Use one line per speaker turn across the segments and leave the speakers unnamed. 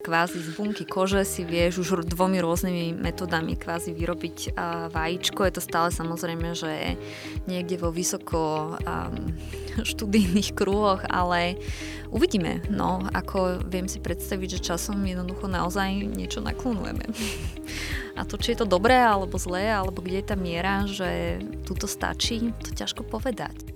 kvázi z bunky kože si vieš už dvomi rôznymi metodami kvázi vyrobiť vajíčko. Je to stále samozrejme, že niekde vo vysoko študijných krúhoch, ale uvidíme. No, ako viem si predstaviť, že časom jednoducho naozaj niečo naklonujeme. A to, či je to dobré alebo zlé, alebo kde je tá miera, že tuto stačí, to ťažko povedať.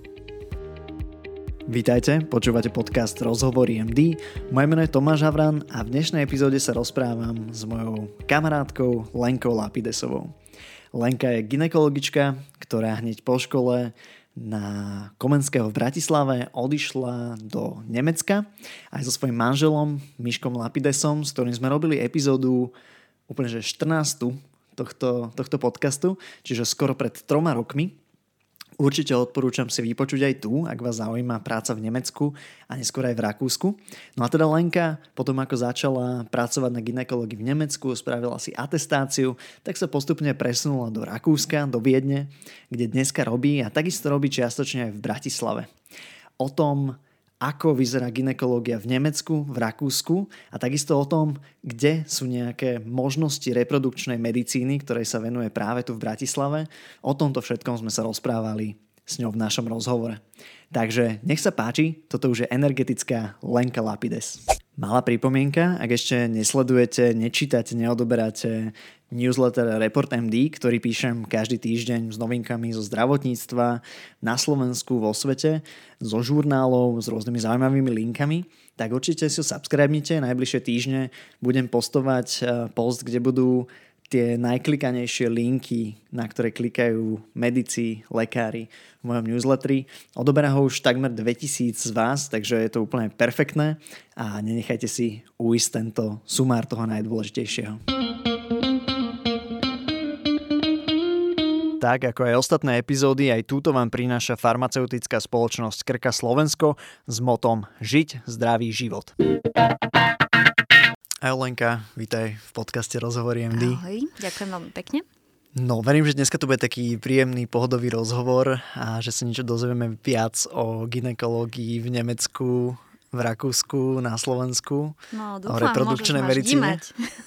Vítajte, počúvate podcast Rozhovory MD. Moje meno je Tomáš Havran a v dnešnej epizóde sa rozprávam s mojou kamarátkou Lenkou Lapidesovou. Lenka je gynekologička, ktorá hneď po škole na Komenského v Bratislave odišla do Nemecka aj so svojím manželom Miškom Lapidesom, s ktorým sme robili epizódu úplne že 14. tohto podcastu, čiže skoro pred 3 rokmi. Určite odporúčam si vypočuť aj tu, ak vás zaujíma práca v Nemecku a neskôr aj v Rakúsku. No a teda Lenka, potom ako začala pracovať na gynekológii v Nemecku, spravila si atestáciu, tak sa postupne presunula do Rakúska, do Viedne, kde dneska robí a takisto robí čiastočne aj v Bratislave. O tom, ako vyzerá gynekológia v Nemecku, v Rakúsku a takisto o tom, kde sú nejaké možnosti reprodukčnej medicíny, ktorej sa venuje práve tu v Bratislave. O tomto všetkom sme sa rozprávali s ňou v našom rozhovore. Takže nech sa páči, toto už je energetická Lenka Lapides. Malá pripomienka, ak ešte nesledujete, nečítate, neodoberáte newsletter Report MD, ktorý píšem každý týždeň s novinkami zo zdravotníctva na Slovensku, vo svete, zo žurnálov, s rôznymi zaujímavými linkami, tak určite si ho subscribnite. Najbližšie týždne budem postovať post, kde budú tie najklikanejšie linky, na ktoré klikajú medici, lekári v mojom newsletteri. Odoberá ho už takmer 2000 z vás, takže je to úplne perfektné a nenechajte si uísť tento sumár toho najdôležitejšieho. Tak ako aj ostatné epizódy, aj túto vám prináša farmaceutická spoločnosť Krka Slovensko s motom Žiť zdravý život. Ahoj Lenka, vítaj v podcaste Rozhovory MD.
Ahoj, ďakujem veľmi pekne.
No, verím, že dneska tu bude taký príjemný, pohodový rozhovor a že sa niečo dozvieme viac o gynekológii v Nemecku, v Rakúsku, na Slovensku.
No,
dúfam, o reprodukčnej medicíne.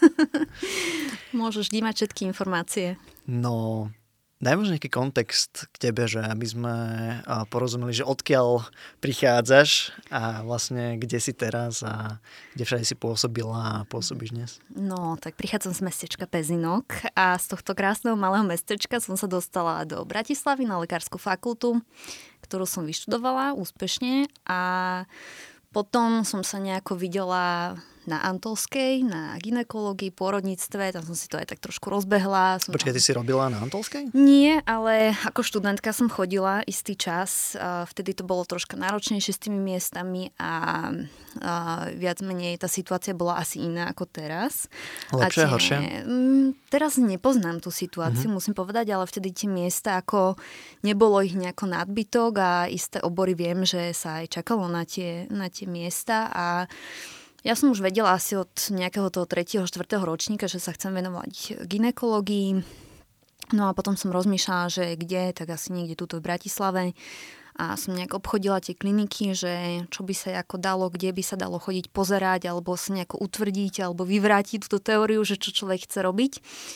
Môžeš dímať všetky informácie.
No, daj možno nejaký kontext k tebe, že aby sme porozumeli, že odkiaľ prichádzaš a vlastne kde si teraz a kde všade si pôsobila a pôsobíš dnes.
No, tak prichádzam z mestečka Pezinok a z tohto krásneho malého mestečka som sa dostala do Bratislavy na lekárskú fakultu, ktorú som vyštudovala úspešne a potom som sa nejako videla na Antolskej, na gynekológii, pôrodníctve, tam som si to aj tak trošku rozbehla.
Počkaj, ty si robila na Antolskej?
Nie, ale ako študentka som chodila istý čas. Vtedy to bolo troška náročnejšie s tými miestami a viac menej tá situácia bola asi iná ako teraz.
Lepšie, horšie?
Teraz nepoznám tú situáciu, musím povedať, ale vtedy tie miesta, ako nebolo ich nejako nadbytok a isté obory viem, že sa aj čakalo na tie miesta a ja som už vedela asi od nejakého toho 3. 4. ročníka, že sa chcem venovať gynekológii. No a potom som rozmýšľala, že kde, tak asi niekde tuto v Bratislave. A som nejak obchodila tie kliniky, že čo by sa ako dalo, kde by sa dalo chodiť pozerať, alebo sa nejako utvrdiť, alebo vyvrátiť túto teóriu, že čo človek chce robiť.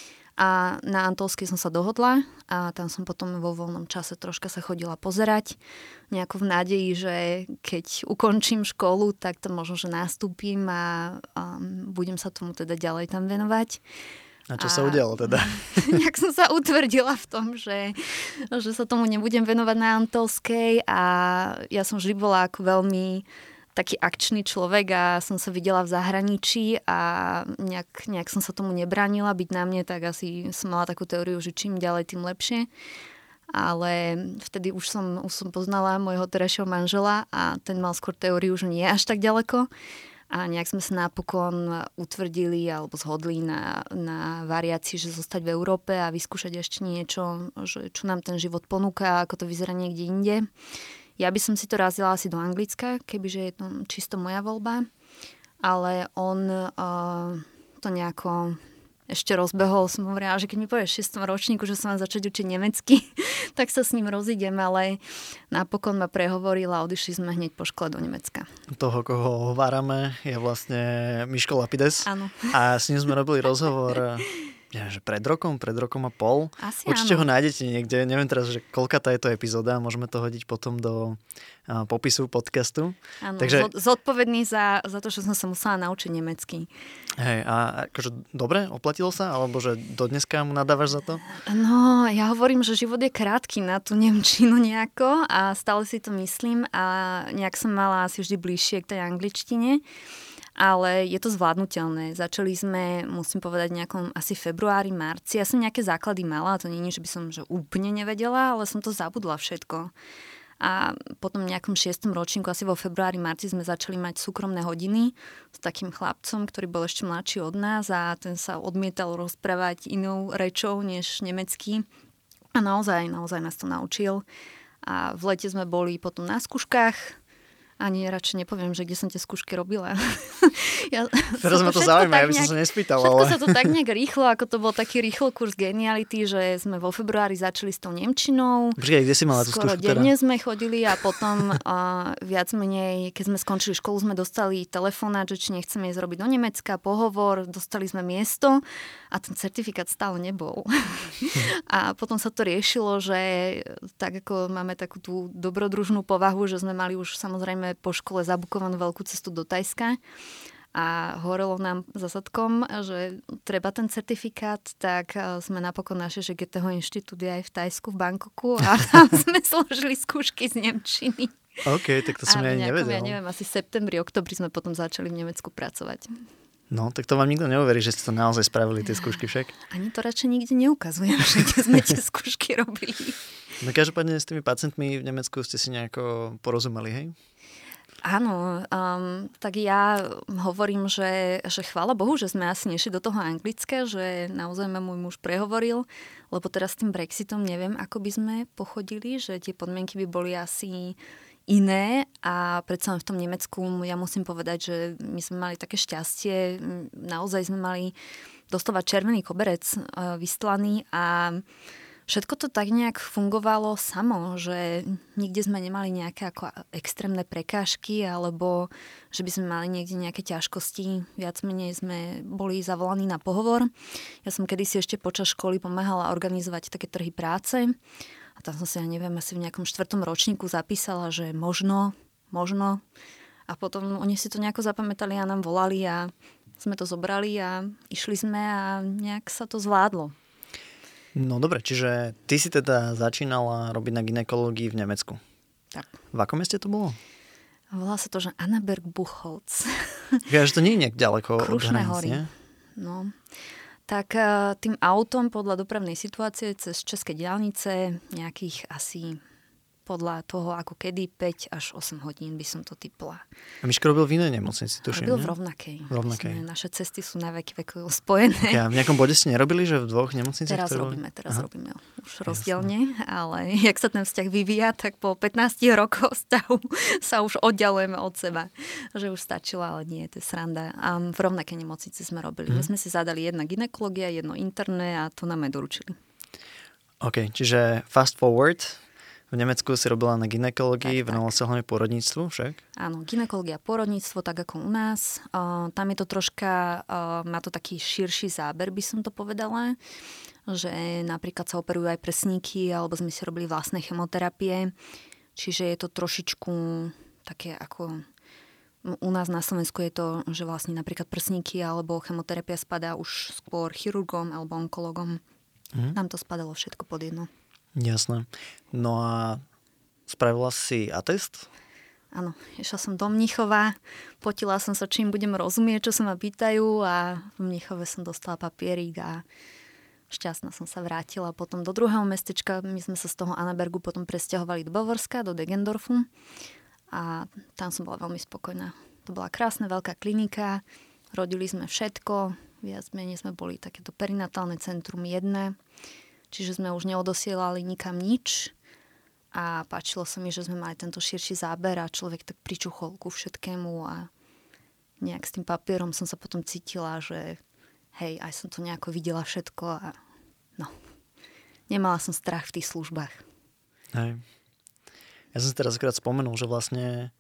A na Antolskej som sa dohodla a tam som potom vo voľnom čase troška sa chodila pozerať. Nejako v nádeji, že keď ukončím školu, tak to možno, že nastúpim a budem sa tomu teda ďalej tam venovať.
A čo sa udialo teda?
Nejak som sa utvrdila v tom, že sa tomu nebudem venovať na Antolskej a ja som vždy bola ako veľmi taký akčný človek a som sa videla v zahraničí a nejak som sa tomu nebránila byť na mne, tak asi som mala takú teóriu, že čím ďalej, tým lepšie. Ale vtedy už som poznala môjho terajšieho manžela a ten mal skôr teóriu, že nie až tak ďaleko. A nejak sme sa napokon utvrdili alebo zhodli na variácii, že zostať v Európe a vyskúšať ešte niečo, čo nám ten život ponúka, ako to vyzerá niekde inde. Ja by som si to razila asi do Anglicka, kebyže je to čisto moja voľba, ale on to nejako ešte rozbehol. Som hovorila, že keď mi povieš v 6. ročníku, že som mám začať učiť nemecky, tak sa s ním rozídem, ale napokon ma prehovoril a odišli sme hneď po škole do Nemecka.
Toho, koho hovárame, je vlastne Miško Lapides.
Áno.
A s ním sme robili rozhovor že pred rokom a pol.
Asi
určite
áno.
ho nájdete niekde. Neviem teraz, že koľkatá je to epizóda. Môžeme to hodiť potom do popisu podcastu.
Áno,
Takže
zodpovedný za to, že som sa musela naučiť nemecky.
hej, a akože dobre, oplatilo sa? Alebo že do dneska mu nadávaš za to?
No, ja hovorím, že život je krátky na tú nemčinu nejako a stále si to myslím a nejak som mala asi vždy bližšie k tej angličtine. Ale je to zvládnutelné. Začali sme, musím povedať, nejakom asi februári, marci. Ja som nejaké základy mala, to nie je, že by som že úplne nevedela, ale som to zabudla všetko. A potom v nejakom 6. ročníku, asi vo februári, marci sme začali mať súkromné hodiny s takým chlapcom, ktorý bol ešte mladší od nás a ten sa odmietal rozprávať inou rečou než nemecky. A naozaj nás to naučil. A v lete sme boli potom na skúškach. Ani radšej nepoviem, že kde som tie skúšky robila.
Teraz ma to zaujíma, ja by som sa nespýtal.
Všetko sa to tak nejak rýchlo, ako to bol taký rýchlo kurz geniality, že sme vo februári začali s tou nemčinou.
Počkaj, kde si mala tú skúšku?
Skoro denne sme chodili a potom viac menej, keď sme skončili školu, sme dostali telefonát, že či nechceme ísť robiť do Nemecka, pohovor, dostali sme miesto a ten certifikát stále nebol. A potom sa to riešilo, že tak ako máme takú tú dobrodružnú povahu, že sme mali už samozrejme po škole zabukovanú veľkú cestu do Thajska a horelo nám za zadkom, že treba ten certifikát, tak sme napokon našli, že GTH inštitút je aj v Thajsku, v Bangkoku a tam sme složili skúšky z nemčiny.
OK, tak to som ja nevedel.
Ja neviem, asi septembri, oktobri sme potom začali v Nemecku pracovať.
No, tak to vám nikto neuverí, že ste to naozaj spravili, tie skúšky však.
Ani to radšej nikde neukazujem, že kde sme tie skúšky robili.
No každopádne s tými pacientmi v Nemecku ste si nejako porozumeli, hej?
Áno, tak ja hovorím, že chvála Bohu, že sme asi nešli do toho anglické, že naozaj ma môj muž prehovoril, lebo teraz s tým Brexitom neviem, ako by sme pochodili, že tie podmienky by boli asi iné a predsa len v tom Nemecku ja musím povedať, že my sme mali také šťastie, naozaj sme mali dostávať červený koberec vystlaný a všetko to tak nejak fungovalo samo, že nikde sme nemali nejaké ako extrémne prekážky alebo že by sme mali niekde nejaké ťažkosti. Viac menej sme boli zavolaní na pohovor. Ja som kedysi ešte počas školy pomáhala organizovať také trhy práce a tam som si, ja neviem, asi v nejakom 4. ročníku zapísala, že možno a potom oni si to nejako zapamätali a nám volali a sme to zobrali a išli sme a nejak sa to zvládlo.
No dobre, čiže ty si teda začínala robiť na gynekológii v Nemecku.
Tak.
V akom meste to bolo?
Volá sa to, že Annaberg-Buchholz.
Ja, že to nie je nejak ďaleko od
Krušné
hraníc,
hory.
nie?
No. Tak tým autom podľa dopravnej situácie cez české diaľnice nejakých asi podľa toho, ako kedy, 5 až 8 hodín by som to typla.
A Miško robil v inej nemocnici, tuším,
robil
nie?
v rovnakej.
Rovnakej.
Naše cesty sú na veky spojené.
Ja v nejakom bode ste nerobili, že v dvoch nemocniciach?
Teraz
robíme
robíme už rozdielne, ale jak sa ten vzťah vyvíja, tak po 15 rokoch vzťahu sa už oddialujeme od seba. Že už stačilo, ale nie, to je sranda. A v rovnakej nemocnici sme robili. My sme si zadali jedna gynekológia, jedno interné a to nám aj doručili.
OK, čiže fast forward. V Nemecku si robila na gynekológii, venovala sa hlavne pôrodníctvu však?
Áno, gynekológia, pôrodníctvo, tak ako u nás. Tam je to troška, má to taký širší záber, by som to povedala, že napríklad sa operujú aj prsníky, alebo sme si robili vlastné chemoterapie, čiže je to trošičku také ako u nás na Slovensku je to, že vlastne napríklad prsníky alebo chemoterapia spadá už skôr chirurgom alebo onkologom. Tam to spadalo všetko pod jedno.
Jasné. No a spravila si atest?
Áno, išla som do Mníchova, potila som sa, čím budem rozumieť, čo sa ma pýtajú a v Mníchove som dostala papierík a šťastná som sa vrátila potom do druhého mestečka. My sme sa z toho Annabergu potom presťahovali do Bavorska, do Degendorfu a tam som bola veľmi spokojná. To bola krásna veľká klinika, rodili sme všetko, viac menej sme boli takéto perinatálne centrum 1, čiže sme už neodosielali nikam nič a páčilo sa mi, že sme mali tento širší záber a človek tak pričuchol ku všetkému a nejak s tým papierom som sa potom cítila, že hej, aj som to nejako videla všetko a no, nemala som strach v tých službách.
Hej. Ja som si teraz akorát spomenul, že vlastne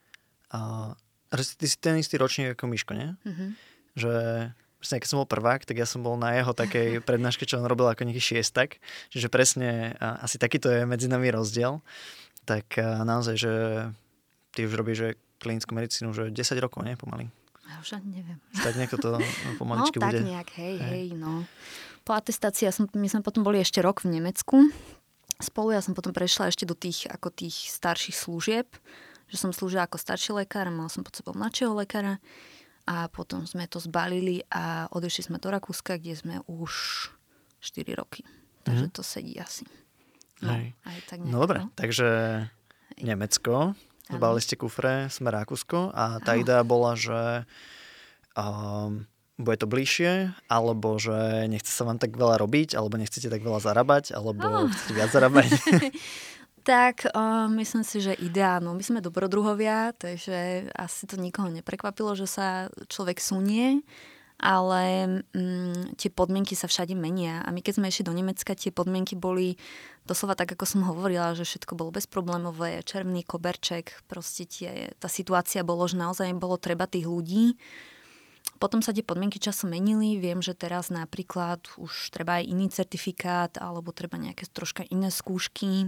ty si ten istý ročník ako Miško, nie?
Mm-hmm.
Že presne, keď som bol prvák, tak ja som bol na jeho takej prednáške, čo on robil ako nejaký šiestak. Čiže presne asi takýto je medzi nami rozdiel. Tak naozaj, že ty už robíš že klinickú medicínu už 10 rokov, nie? Pomaly.
Ja už ani neviem.
Tak nejako to pomaličky
bude. No tak nejak, hej, no. Po atestácii my sme potom boli ešte rok v Nemecku spolu. Ja som potom prešla ešte do tých starších služieb, že som slúžila ako starší lekár, mala som pod sebou mladšieho lekára a potom sme to zbalili a odišli sme do Rakúska, kde sme už 4 roky. Takže to sedí asi.
No, aj tak nejak, no dobre, takže Nemecko, zbalili ste kufre, sme Rakúsko a tá idea bola, že bude to bližšie, alebo že nechce sa vám tak veľa robiť, alebo nechcete tak veľa zarábať, alebo chcete viac zarábať.
Tak, myslím si, že ideálno. My sme dobrodruhovia, takže asi to nikoho neprekvapilo, že sa človek sunie, ale tie podmienky sa všade menia. A my keď sme išli do Nemecka, tie podmienky boli doslova tak, ako som hovorila, že všetko bolo bezproblémové, červený koberček, proste tá situácia bolo, že naozaj bolo treba tých ľudí. Potom sa tie podmienky časom menili. Viem, že teraz napríklad už treba aj iný certifikát, alebo treba nejaké troška iné skúšky.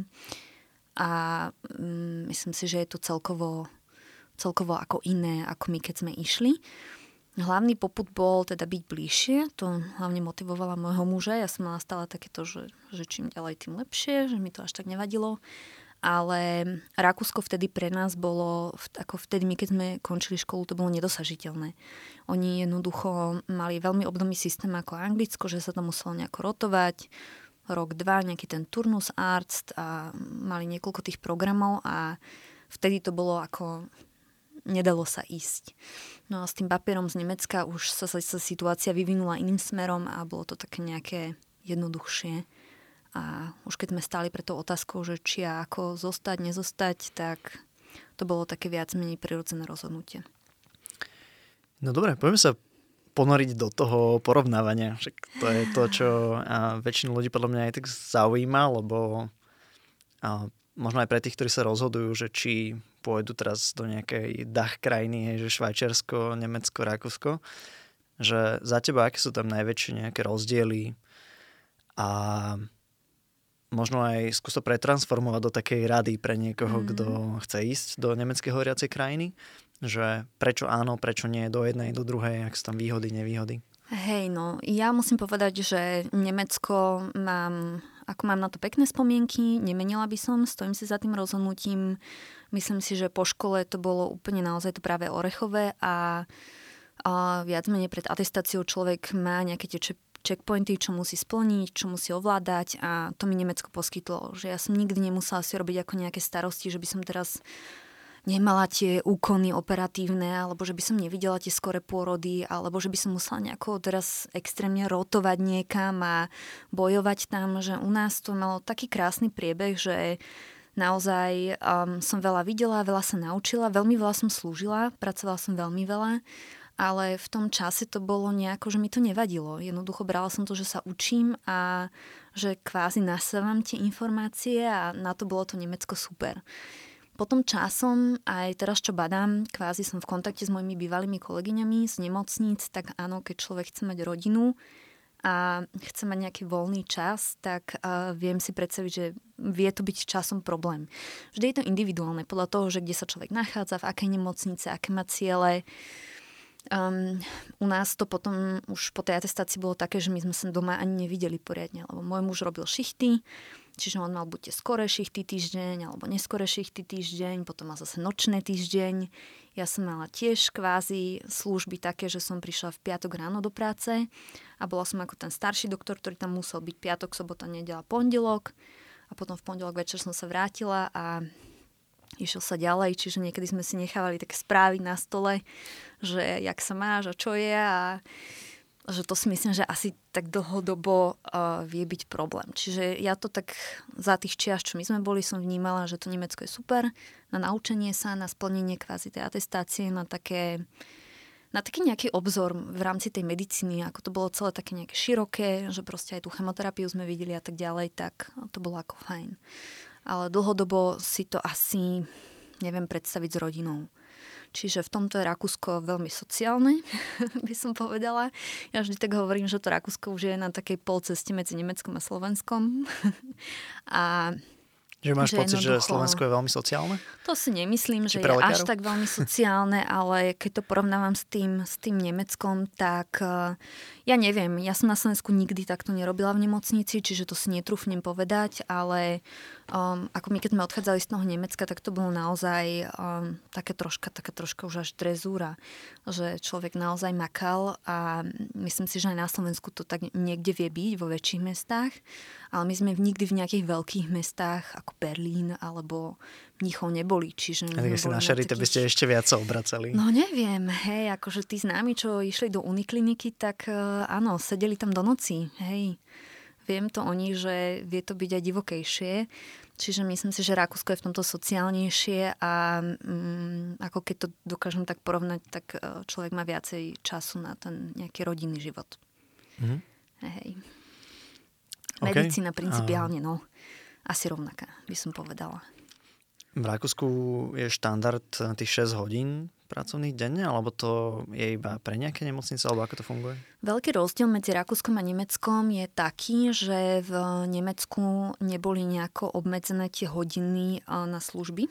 A myslím si, že je to celkovo ako iné, ako my, keď sme išli. Hlavný popud bol teda byť bližšie, to hlavne motivovala môjho muža. Ja som mala stále takéto, že čím ďalej, tým lepšie, že mi to až tak nevadilo. Ale Rakúsko vtedy pre nás bolo, ako vtedy my, keď sme končili školu, to bolo nedosažiteľné. Oni jednoducho mali veľmi obdobný systém ako Anglicko, že sa to muselo nejako rotovať, rok, 2, nejaký ten turnus arzt a mali niekoľko tých programov a vtedy to bolo ako nedalo sa ísť. No a s tým papierom z Nemecka už sa situácia vyvinula iným smerom a bolo to také nejaké jednoduchšie. A už keď sme stáli pre tou otázkou, že či a ako zostať, nezostať, tak to bolo také viac menej prirodzené rozhodnutie.
No dobre, poďme sa ponoriť do toho porovnávania. Však to je to, čo väčšinu ľudí podľa mňa aj tak zaujíma, lebo možno aj pre tých, ktorí sa rozhodujú, že či pôjdu teraz do nejakej Dach krajiny, že Švajčiarsko, Nemecko, Rakúsko, že za teba, aké sú tam najväčšie nejaké rozdiely a možno aj skús to pretransformovať do takej rady pre niekoho, kto chce ísť do nemeckej hovoriacej krajiny, že prečo áno, prečo nie, do jednej, do druhej, ak sú tam výhody, nevýhody.
Hej, no, ja musím povedať, že Nemecko mám na to pekné spomienky, nemenila by som, stojím si za tým rozhodnutím. Myslím si, že po škole to bolo úplne naozaj to práve orechové a viac menej pred atestáciou človek má nejaké tie checkpointy, čo musí splniť, čo musí ovládať a to mi Nemecko poskytlo, že ja som nikdy nemusela si robiť ako nejaké starosti, že by som teraz nemala tie úkony operatívne, alebo že by som nevidela tie skoré pôrody, alebo že by som musela nejako teraz extrémne rotovať niekam a bojovať tam, že u nás to malo taký krásny priebeh, že naozaj som veľa videla, veľa sa naučila, veľmi veľa som slúžila, pracovala som veľmi veľa, ale v tom čase to bolo nejako, že mi to nevadilo. Jednoducho brala som to, že sa učím a že kvázi nasávam tie informácie a na to bolo to Nemecko super. Potom časom, aj teraz čo badám, kvázi som v kontakte s mojimi bývalými kolegyňami z nemocníc, tak áno, keď človek chce mať rodinu a chce mať nejaký voľný čas, tak viem si predstaviť, že vie to byť časom problém. Vždy je to individuálne, podľa toho, že kde sa človek nachádza, v akej nemocnice, aké má ciele. U nás to potom už po tej atestácii bolo také, že my sme sa doma ani nevideli poriadne, lebo môj muž robil šichty, čiže on mal buď skoré šichty týždeň, alebo neskoré šichty týždeň, potom mal zase nočné týždeň. Ja som mala tiež kvázi služby také, že som prišla v piatok ráno do práce a bola som ako ten starší doktor, ktorý tam musel byť piatok, sobota, nedeľa, pondelok a potom v pondelok večer som sa vrátila a išiel sa ďalej, čiže niekedy sme si nechávali také správy na stole, že jak sa máš a čo je a že to si myslím, že asi tak dlhodobo vie byť problém. Čiže ja to tak za tých čias, čo my sme boli, som vnímala, že to Nemecko je super na naučenie sa, na splnenie kvázi tej atestácie, na také na taký nejaký obzor v rámci tej medicíny, ako to bolo celé také nejaké široké, že proste aj tú chemoterapiu sme videli a tak ďalej, tak to bolo ako fajn. Ale dlhodobo si to asi neviem predstaviť s rodinou. Čiže v tomto je Rakúsko veľmi sociálne, by som povedala. Ja vždy tak hovorím, že to Rakúsko už je na takej polceste medzi Nemeckom a Slovenskom. A
že máš pocit, že Slovensko je veľmi sociálne?
To si nemyslím, že je až tak veľmi sociálne, ale keď to porovnávam s tým Nemeckom, tak ja neviem, ja som na Slovensku nikdy takto nerobila v nemocnici, čiže to si netrúfnem povedať, ale ako my keď sme odchádzali z toho Nemecka, tak to bolo naozaj taká troška už až drezúra, že človek naozaj makal a myslím si, že aj na Slovensku to tak niekde vie byť vo väčších mestách, ale my sme nikdy v nejakých veľkých mestách ako Berlín alebo Mníchov neboli. Čiže
a tak si na Charité by ste ešte viac sa obracali.
No neviem, hej, akože tí známi, čo išli do unikliniky, tak áno, sedeli tam do noci, hej. Viem to o nich, že vie to byť aj divokejšie. Čiže myslím si, že Rakúsko je v tomto sociálnejšie a ako keď to dokážem tak porovnať, tak človek má viacej času na ten nejaký rodinný život.
Mhm.
Hej. Medicína principiálne, no, asi rovnaká, by som povedala.
V Rakúsku je štandard tých 6 hodín pracovných denne, alebo to je iba pre nejaké nemocnice, alebo ako to funguje?
Veľký rozdiel medzi Rakúskom a Nemeckom je taký, že v Nemecku neboli nejako obmedzené tie hodiny na služby.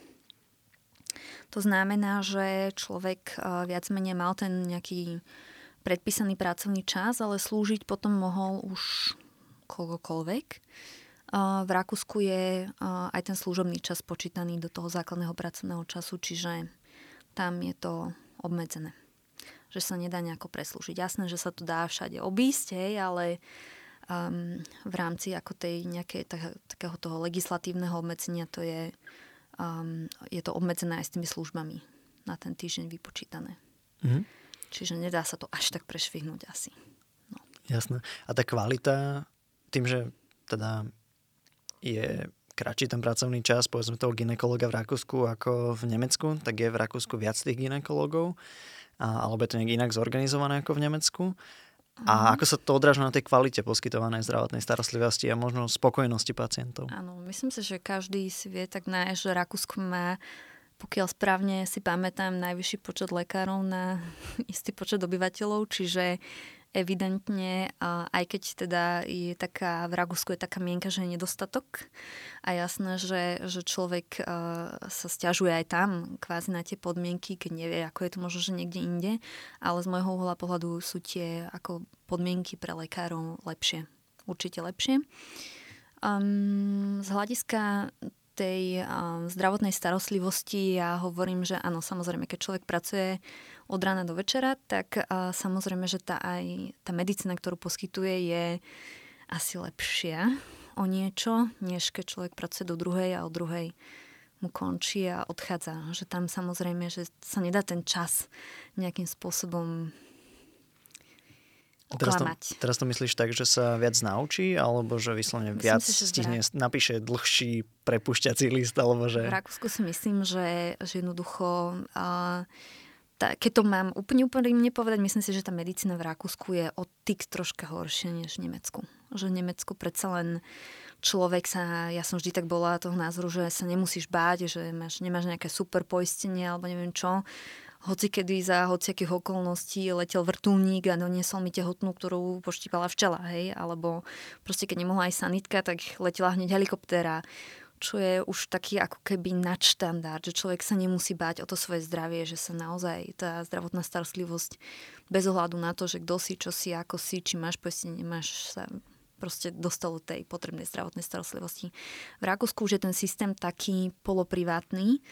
To znamená, že človek viac menej mal ten nejaký predpísaný pracovný čas, ale slúžiť potom mohol už koľkokoľvek. V Rakúsku je aj ten služobný čas počítaný do toho základného pracovného času, čiže tam je to obmedzené. Že sa nedá nejako preslúžiť. Jasné, že sa to dá všade obísť, ale v rámci ako tej nejakej takého toho legislatívneho obmedzenia to je to obmedzené aj s tými službami na ten týždeň vypočítané.
Mhm.
Čiže nedá sa to až tak prešvihnúť asi. No.
Jasné. A tá kvalita, tým, že teda je kratší ten pracovný čas, povedzme toho gynekologa v Rakúsku ako v Nemecku, tak je v Rakúsku viac tých gynekologov, alebo je to nejak inak zorganizované ako v Nemecku. A ako sa to odráža na tej kvalite poskytovanej zdravotnej starostlivosti a možno spokojnosti pacientov?
Áno, myslím si, že každý si vie tak nájsť, že Rakúsko má, pokiaľ správne si pamätám, najvyšší počet lekárov na istý počet obyvateľov, čiže evidentne, aj keď teda je taká, v Rakúsku je taká mienka, že je nedostatok a jasné, že človek sa sťažuje aj tam kvázi na tie podmienky, keď nevie, ako je to možno, že niekde inde, ale z môjho uhla pohľadu sú tie ako podmienky pre lekárov lepšie. Určite lepšie. Z hľadiska tej zdravotnej starostlivosti ja hovorím, že áno, samozrejme, keď človek pracuje od rána do večera, tak samozrejme, že tá medicína, ktorú poskytuje, je asi lepšia o niečo, než keď človek pracuje do druhej a od druhej mu končí a odchádza. Že tam samozrejme, že sa nedá ten čas nejakým spôsobom oklamať.
Teraz to myslíš tak, že sa viac naučí, alebo že vyslovene viac stihne, napíše dlhší prepušťací list, alebo že...
V Rakúsku si myslím, že jednoducho... keď to mám úplne povedať, myslím si, že tá medicína v Rakúsku je o tik troška horšia než v Nemecku. Že v Nemecku predsa len človek sa, ja som vždy tak bola toho názoru, že sa nemusíš báť, že nemáš nejaké super poistenie alebo neviem čo. Hocikedy za hociakých okolností letel vrtuľník a doniesol mi tehotnú, ktorú poštípala včela, hej, alebo proste keď nemohla aj sanitka, tak letela hneď helikoptéra, čo je už taký ako keby nadštandard, že človek sa nemusí báť o to svoje zdravie, že sa naozaj tá zdravotná starostlivosť bez ohľadu na to, že kto si, čo si, ako si, či máš poistenie, nemáš, sa proste dostalo tej potrebnej zdravotnej starostlivosti. V Rakúsku už je ten systém taký poloprivátny,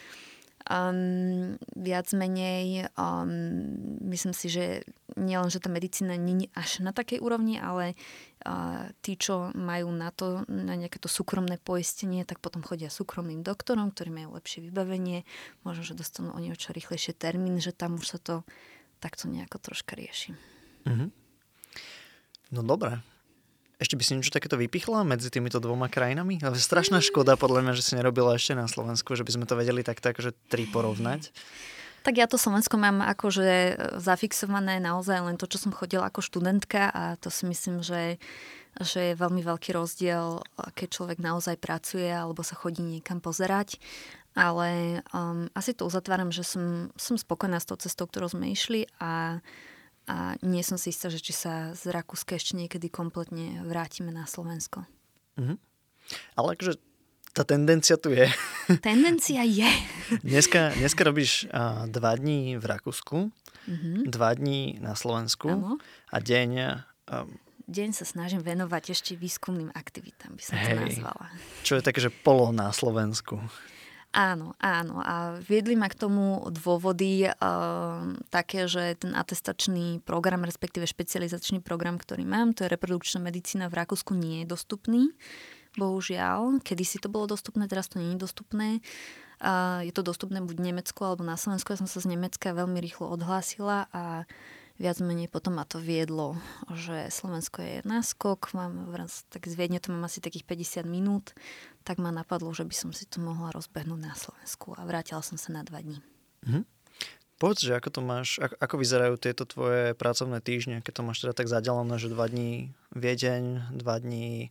viac menej myslím si, že nielen, že tá medicína nie je až na takej úrovni, ale tí, čo majú na to, na nejaké to súkromné poistenie, tak potom chodia súkromným doktorom, ktorí majú lepšie vybavenie, možno, že dostanú o niečo rýchlejšie termín, že tam už sa to takto nejako troška rieši.
Mhm. No dobré. Ešte by si niečo takéto vypichla medzi týmito dvoma krajinami? Ale strašná škoda, podľa mňa, že si nerobila ešte na Slovensku, že by sme to vedeli takto akože 3 porovnať.
Tak ja to Slovensko mám akože zafixované naozaj len to, čo som chodila ako študentka a to si myslím, že je veľmi veľký rozdiel, keď človek naozaj pracuje alebo sa chodí niekam pozerať. Ale asi to uzatváram, že som spokojná s tou cestou, ktorou sme išli a nie som si istá, že či sa z Rakúska ešte niekedy kompletne vrátime na Slovensko.
Mhm. Ale akože tá tendencia tu je.
Tendencia je.
Dneska robíš 2 dní v Rakúsku, 2 dní na Slovensku. Áno. A deň...
Deň sa snažím venovať ešte výskumným aktivitám, by som to nazvala.
Čo je také, že polo na Slovensku.
Áno. A viedli ma k tomu dôvody také, že ten atestačný program, respektíve špecializačný program, ktorý mám, to je reprodukčná medicína v Rakúsku, nie je dostupný. Bohužiaľ. Kedysi to bolo dostupné, teraz to nie je dostupné. Je to dostupné buď v Nemecku alebo na Slovensku. Ja som sa z Nemecka veľmi rýchlo odhlásila a viac menej potom ma to viedlo, že Slovensko je náskok, tak z Viedne to mám asi takých 50 minút, tak ma napadlo, že by som si to mohla rozbehnúť na Slovensku a vrátila som sa na 2 dní.
Povedz, že ako to máš, ako vyzerajú tieto tvoje pracovné týždne, keď to máš teda tak zadelené, že 2 dní Viedeň, 2 dní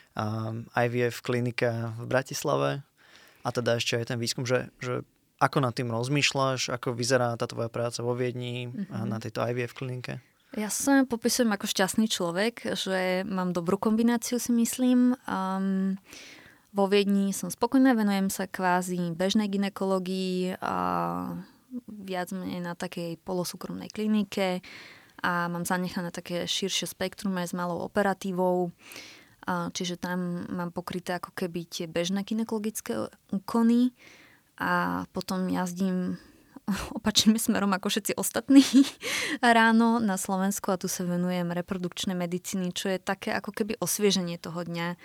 IVF klinika v Bratislave a teda ešte aj ten výskum, že ako nad tým rozmýšľaš, ako vyzerá tá tvoja práca vo Viedni a na tejto IVF klinike?
Ja sa popisujem ako šťastný človek, že mám dobrú kombináciu, si myslím. Vo Viedni som spokojná, venujem sa kvázi bežnej gynekológii a viac menej na takej polosúkromnej klinike a mám zanechané také širšie spektrum aj s malou operatívou. Čiže tam mám pokryté ako keby tie bežné gynekologické úkony a potom jazdím opačným smerom ako všetci ostatní ráno na Slovensku a tu sa venujem reprodukčnej medicíny, čo je také ako keby osvieženie toho dňa.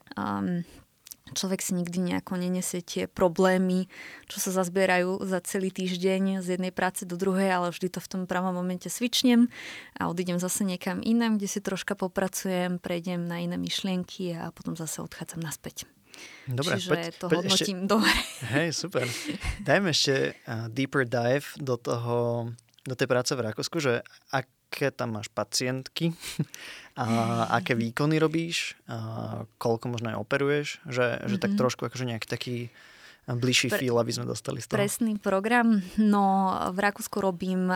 Človek si nikdy nejako nenesie tie problémy, čo sa zazbierajú za celý týždeň z jednej práce do druhej, ale vždy to v tom pravom momente switchnem a odídem zase niekam inam, kde si troška popracujem, prejdem na iné myšlienky a potom zase odchádzam naspäť.
Dobre,
čiže to hodnotím dobre.
Hej, super. Dajme ešte deeper dive do tej práce v Rakúsku, že aké tam máš pacientky, aké výkony robíš, koľko možno aj operuješ, že tak trošku akože nejaký taký bližší feel, aby sme dostali z toho.
Presný program. No, v Rakúsku robím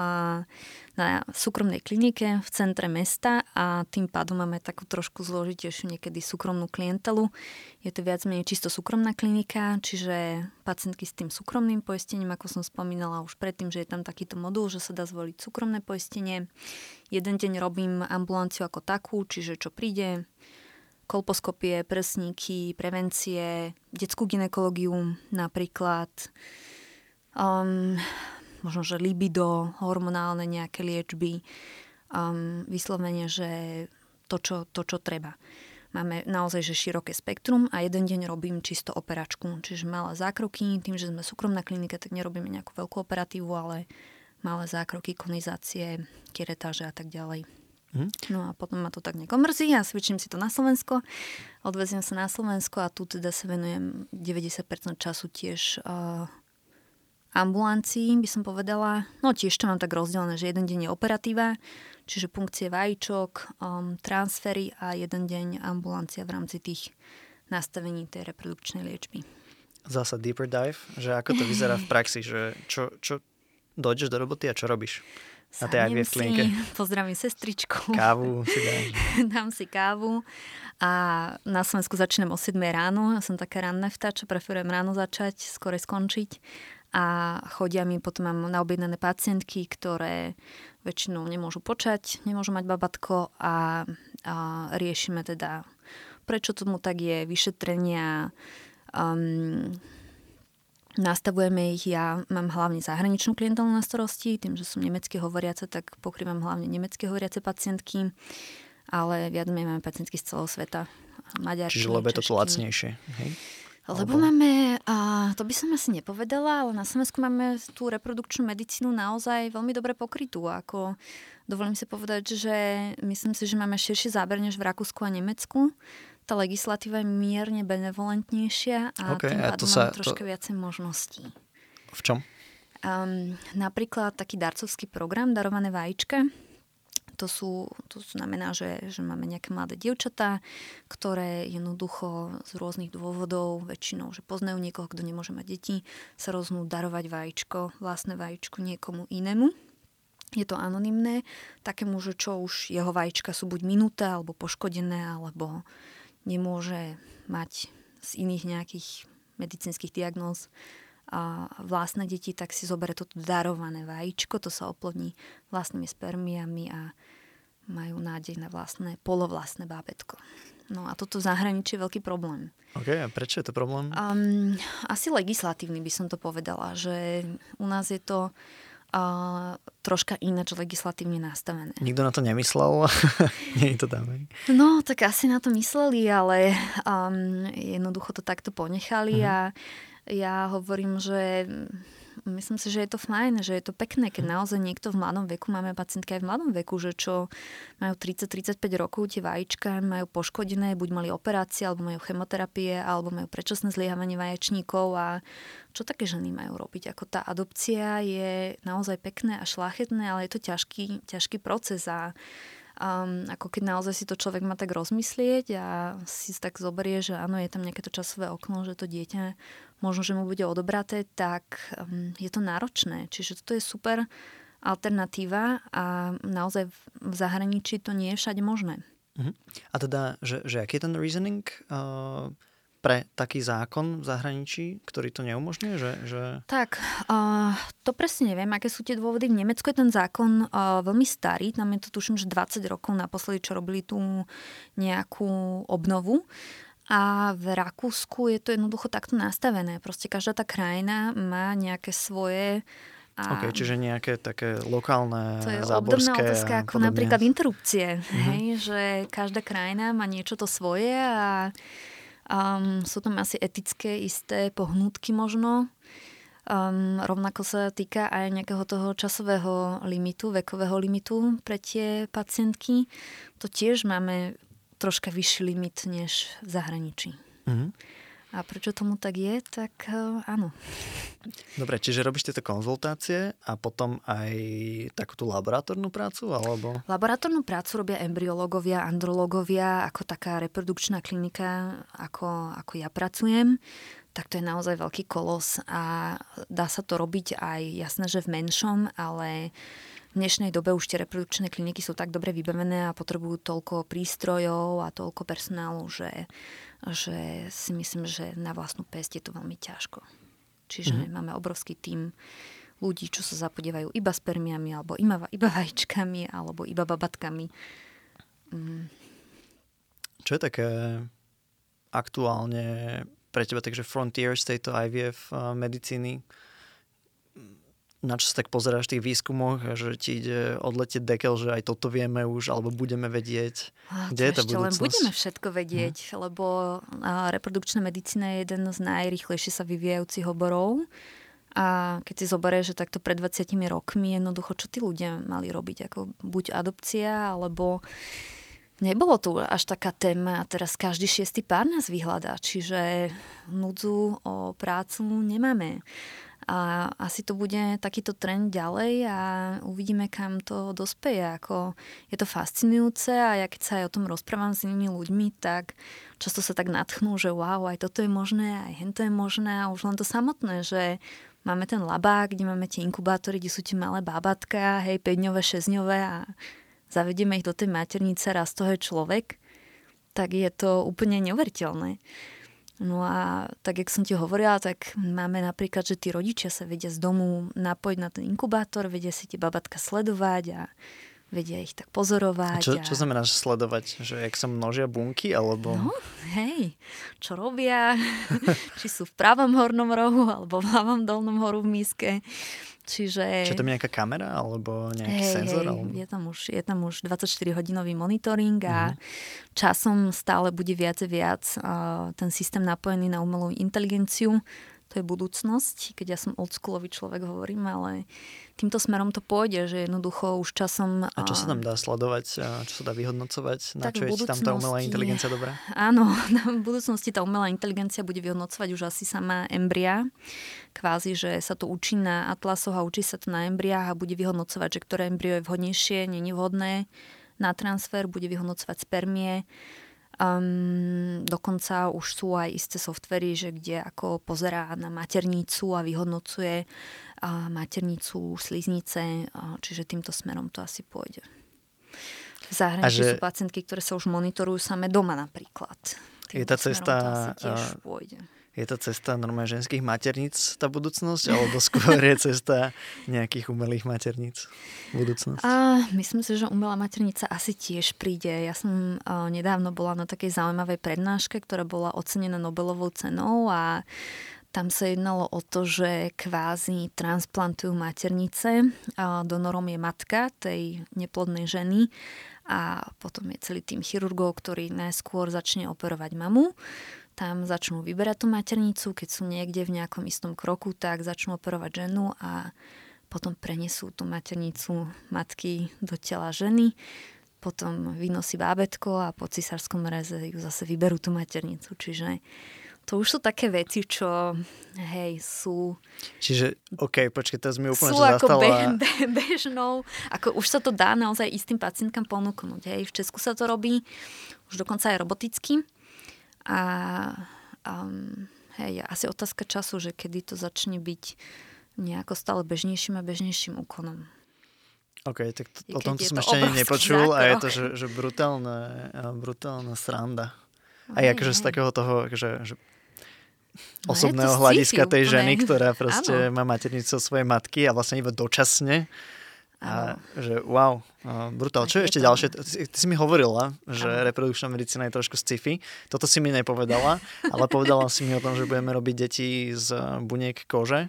na súkromnej klinike v centre mesta a tým pádom máme takú trošku zložitejšiu niekedy súkromnú klientelu. Je to viac menej čisto súkromná klinika, čiže pacientky s tým súkromným poistením, ako som spomínala už predtým, že je tam takýto modul, že sa dá zvoliť súkromné poistenie. Jeden deň robím ambulanciu ako takú, čiže čo príde, kolposkopie, prsníky, prevencie, detskú gynekológiu napríklad, možno, že libido, hormonálne nejaké liečby, vyslovene, že to, čo treba. Máme naozaj že široké spektrum a jeden deň robím čisto operačku, čiže malé zákroky, tým, že sme súkromná klinika, tak nerobíme nejakú veľkú operatívu, ale malé zákroky, konizácie, keretáže a tak ďalej. No a potom ma to tak nejako mrzí a switchím si to na Slovensko. Odveziem sa na Slovensko a tu teda sa venujem 90% času tiež ambulancii, by som povedala. No tiež to mám tak rozdelené, že jeden deň je operatíva, čiže punkcie vajíčok, transfery a jeden deň ambulancia v rámci tých nastavení tej reprodukčnej liečby.
Zasa deeper dive, že ako to vyzerá v praxi, že čo dojdeš do roboty a čo robíš? Na tej IVF klinike.
Pozdravím sestričku.
Kávu si dáš.
Dám si kávu a na Slovensku začínam o 7 ráno. Ja som taká ranná vtáča, preferujem ráno začať, skore skončiť. A chodia mi, potom mám naobjednané pacientky, ktoré väčšinou nemôžu počať, nemôžu mať babatko a riešime teda, prečo tomu tak je, vyšetrenia, nastavujeme ich, ja mám hlavne zahraničnú klientelu na starosti, tým, že som nemecky hovoriaca, tak pokrývam hlavne nemecky hovoriace pacientky, ale viac máme pacientky z celého sveta. Maďarky,
čiže lebo je to lacnejšie, hej?
Lebo máme, to by som asi nepovedala, ale na Slovensku máme tú reprodukčnú medicínu naozaj veľmi dobre pokrytú. Ako dovolím si povedať, že myslím si, že máme širší záber než v Rakúsku a Nemecku. Tá legislatíva je mierne benevolentnejšia a tým pádom máme troška viacej možností.
V čom?
Napríklad taký darcovský program Darované vajíčka. To znamená, že máme nejaké mladé dievčatá, ktoré jednoducho z rôznych dôvodov, väčšinou, že poznajú niekoho, kto nemôže mať deti, sa rozhodnú darovať vajíčko, vlastné vajíčko niekomu inému. Je to anonymné, takému, že čo už jeho vajíčka sú buď minuté, alebo poškodené, alebo nemôže mať z iných nejakých medicínskych diagnóz a vlastné deti, tak si zoberie toto darované vajíčko, to sa oplodní vlastnými spermiami a majú nádej na vlastné, polovlastné bábätko. No a toto v zahraničí je veľký problém.
OK, a prečo je to problém?
Asi legislatívny by som to povedala, že u nás je to troška ináč legislatívne nastavené.
Nikto na to nemyslel? Nie je to tam.
No, tak asi na to mysleli, ale jednoducho to takto ponechali a ja hovorím, že myslím si, že je to fajn, že je to pekné, keď naozaj niekto v mladom veku, máme pacientky aj v mladom veku, že čo majú 30-35 rokov, tie vajíčka majú poškodené, buď mali operácie, alebo majú chemoterapie, alebo majú predčasné zlyhávanie vaječníkov a čo také ženy majú robiť? Ako tá adopcia je naozaj pekné a šľachetné, ale je to ťažký proces a ako keď naozaj si to človek má tak rozmyslieť a si tak zoberie, že áno, je tam nejaké to časové okno, že to dieťa možno, že mu bude odobraté, tak je to náročné. Čiže toto je super alternatíva a naozaj v zahraničí to nie je všade možné.
A teda, že aký je ten reasoning pre taký zákon v zahraničí, ktorý to neumožňuje?
Tak, to presne neviem, aké sú tie dôvody. V Nemecku je ten zákon veľmi starý, tam je to tuším, že 20 rokov naposledy, čo robili tú nejakú obnovu. A v Rakúsku je to jednoducho takto nastavené. Proste každá tá krajina má nejaké svoje...
OK, čiže nejaké také lokálne, záborské. To je
obdobná otázka ako napríklad interrupcie. Hej, že každá krajina má niečo to svoje a sú tam asi etické isté pohnútky možno. Rovnako sa týka aj nejakého toho časového limitu, vekového limitu pre tie pacientky. To tiež máme troška vyšší limit než v zahraničí. A prečo tomu tak je, tak áno.
Dobre, čiže robíš tieto konzultácie a potom aj takú tú laboratórnu prácu? Alebo?
Laboratórnu prácu robia embryológovia, andrológovia, ako taká reprodukčná klinika, ako ja pracujem. Tak to je naozaj veľký kolos a dá sa to robiť aj, jasné, že v menšom, ale v dnešnej dobe už tie reprodukčné kliniky sú tak dobre vybavené a potrebujú toľko prístrojov a toľko personálu, že si myslím, že na vlastnú päsť je to veľmi ťažko. Čiže máme obrovský tím ľudí, čo sa zapodievajú iba spermiami, alebo iba vajíčkami, alebo iba babatkami.
Čo je také aktuálne pre teba, takže frontiers tejto IVF medicíny? Na čo sa tak pozeráš v tých výskumoch, že ti ide odletieť dekel, že aj toto vieme už, alebo budeme vedieť? Kde je tá budúcnosť?
Len budeme všetko vedieť, lebo reprodukčná medicína je jeden z najrýchlejšie sa vyvíjajúcich oborov. A keď si zoberieš, že takto pred 20 rokmi jednoducho, čo tí ľudia mali robiť? Ako buď adopcia, alebo nebolo tu až taká téma a teraz každý 6. pár nás vyhľadá. Čiže núdzu o prácu nemáme. A asi to bude takýto trend ďalej a uvidíme, kam to dospeje. Je to fascinujúce a ja keď sa aj o tom rozprávam s inými ľuďmi, tak často sa tak nadchnú, že wow, aj toto je možné, aj hento je možné a už len to samotné, že máme ten labák, kde máme tie inkubátory, kde sú tie malé bábatka, hej, 5-dňové, 6-dňové a zavedieme ich do tej maternice, raz toho je človek, tak je to úplne neuveriteľné. No a tak, jak som ti hovorila, tak máme napríklad, že tí rodičia sa vedia z domu napojiť na ten inkubátor, vedia si tie babatka sledovať a vedia ich tak pozorovať.
Čo znamená sledovať? Že jak sa množia bunky, alebo...
No, hej, čo robia, či sú v pravom hornom rohu, alebo v ľavom dolnom horu v miske. Čiže...
Čiže tam nejaká kamera, alebo nejaký senzor? Alebo...
Je tam už 24-hodinový monitoring a časom stále bude viac a viac ten systém napojený na umelú inteligenciu. to je budúcnosť, keď ja som oldschoolový človek, hovorím, ale týmto smerom to pôjde, že jednoducho už časom...
A čo sa tam dá sledovať, čo sa dá vyhodnocovať, na čo je tam tá umelá inteligencia dobrá?
Áno, v budúcnosti tá umelá inteligencia bude vyhodnocovať už asi sama embria, kvázi, že sa to učí na atlasoch a učí sa to na embriách a bude vyhodnocovať, že ktoré embryo je vhodnejšie, nie je vhodné na transfer, bude vyhodnocovať spermie. Dokonca už sú aj isté softvery, že kde ako pozerá na maternicu a vyhodnocuje maternicu, sliznice, čiže týmto smerom to asi pôjde. V zahraničí sú pacientky, ktoré sa už monitorujú same doma napríklad.
Je tá cesta...
To asi tiež pôjde.
Je to cesta normálne ženských materníc tá budúcnosť, alebo skôr je cesta nejakých umelých materníc budúcnosť?
Myslím si, že umelá maternica asi tiež príde. Ja som nedávno bola na takej zaujímavej prednáške, ktorá bola ocenená Nobelovou cenou a tam sa jednalo o to, že kvázi transplantujú maternice. Donorom je matka tej neplodnej ženy a potom je celý tým chirurgov, ktorý najskôr začne operovať mamu. Tam začnú vyberať tú maternicu, keď sú niekde v nejakom istom kroku, tak začnú operovať ženu a potom prenesú tú maternicu matky do tela ženy. Potom vynosí bábätko a po cisárskom reze ju zase vyberú tú maternicu. Čiže to už sú také veci, čo sú...
Čiže, počkaj, teraz mi úplne
sú ako bežnou. Ako už sa to dá naozaj istým pacientkám ponúknuť. V Česku sa to robí už dokonca aj roboticky. A asi otázka času, že kedy to začne byť nejako stále bežnejším a bežnejším úkonom.
Tak o tomto som ešte nepočul a je to, že brutálna sranda. Aj akože z takého toho, že osobného hľadiska tej ženy, ktorá proste má maternicu svojej matky a vlastne iba dočasne. A že wow, brutál. Čo je ešte ďalšie? Ty si mi hovorila, že reprodukčná medicína je trošku sci-fi. Toto si mi nepovedala, ale povedala si mi o tom, že budeme robiť deti z buniek kože.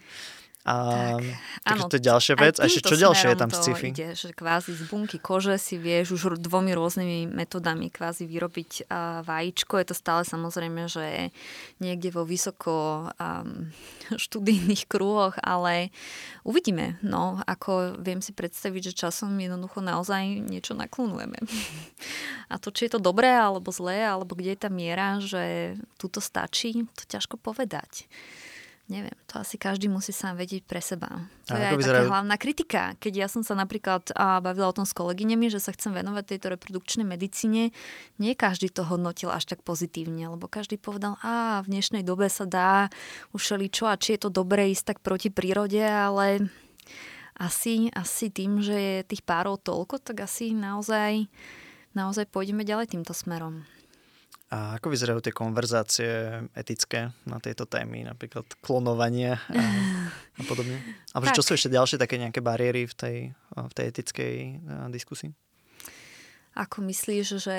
Takže to je ďalšia vec. A ešte čo ďalšie je tam sci-fi?
Ide, že kvázi z bunky kože si vieš už 2 rôznymi metodami kvázi vyrobiť vajíčko. Je to stále samozrejme, že niekde vo vysoko študijných krúhoch, ale uvidíme. No, ako viem si predstaviť, že časom jednoducho naozaj niečo naklonujeme. A to, či je to dobré alebo zlé, alebo kde je tá miera, že tuto stačí, to ťažko povedať. Neviem, to asi každý musí sám vedieť pre seba. To je aj taká hlavná kritika. Keď ja som sa napríklad bavila o tom s kolegyňami, že sa chcem venovať tejto reprodukčnej medicíne, nie každý to hodnotil až tak pozitívne, lebo každý povedal, v dnešnej dobe sa dá už všeličo a či je to dobré ísť tak proti prírode, ale asi tým, že je tých párov toľko, tak asi naozaj pôjdeme ďalej týmto smerom.
A ako vyzerajú tie konverzácie etické na tieto témy, napríklad klonovania a podobne? A čo sú ešte ďalšie také nejaké bariéry v tej etickej diskusii?
Ako myslíš, že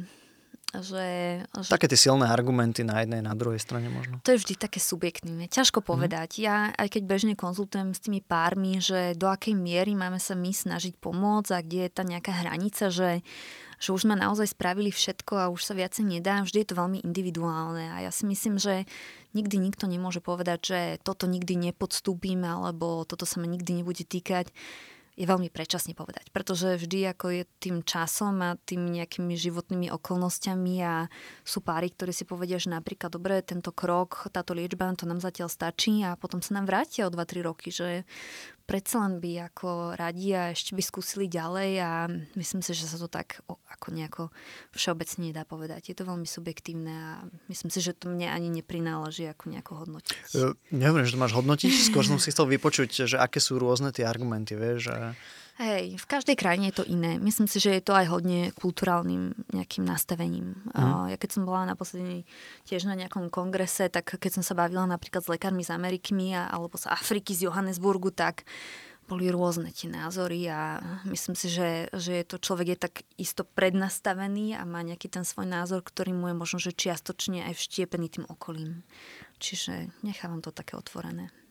také tie silné argumenty na jednej, na druhej strane možno.
To je vždy také subjektívne. Ťažko povedať. Ja, aj keď bežne konzultujem s tými pármi, že do akej miery máme sa my snažiť pomôcť a kde je tá nejaká hranica, že už sme naozaj spravili všetko a už sa viacej nedá. Vždy je to veľmi individuálne a ja si myslím, že nikdy nikto nemôže povedať, že toto nikdy nepodstúpime alebo toto sa ma nikdy nebude týkať. Je veľmi predčasne povedať, pretože vždy ako je tým časom a tými nejakými životnými okolnostiami a sú páry, ktorí si povedia, že napríklad dobre, tento krok, táto liečba, to nám zatiaľ stačí a potom sa nám vrátia o 2-3 roky, že predsa len by ako radi a ešte by skúsili ďalej a myslím si, že sa to tak ako nejako všeobecne nedá povedať. Je to veľmi subjektívne a myslím si, že to mne ani neprináleží ako nejako hodnotiť.
Neviem, že to máš hodnotiť, skôr som si chcel vypočuť, že aké sú rôzne tie argumenty, vieš, že...
Hej, v každej krajine je to iné. Myslím si, že je to aj hodne kulturálnym nejakým nastavením. Ja keď som bola naposledy tiež na nejakom kongrese, tak keď som sa bavila napríklad s lekármi z Ameriky alebo z Afriky, z Johannesburgu, tak boli rôzne tie názory a myslím si, že človek je tak isto prednastavený a má nejaký ten svoj názor, ktorý mu je možno, že čiastočne aj vštiepený tým okolím. Čiže nechávam to také otvorené.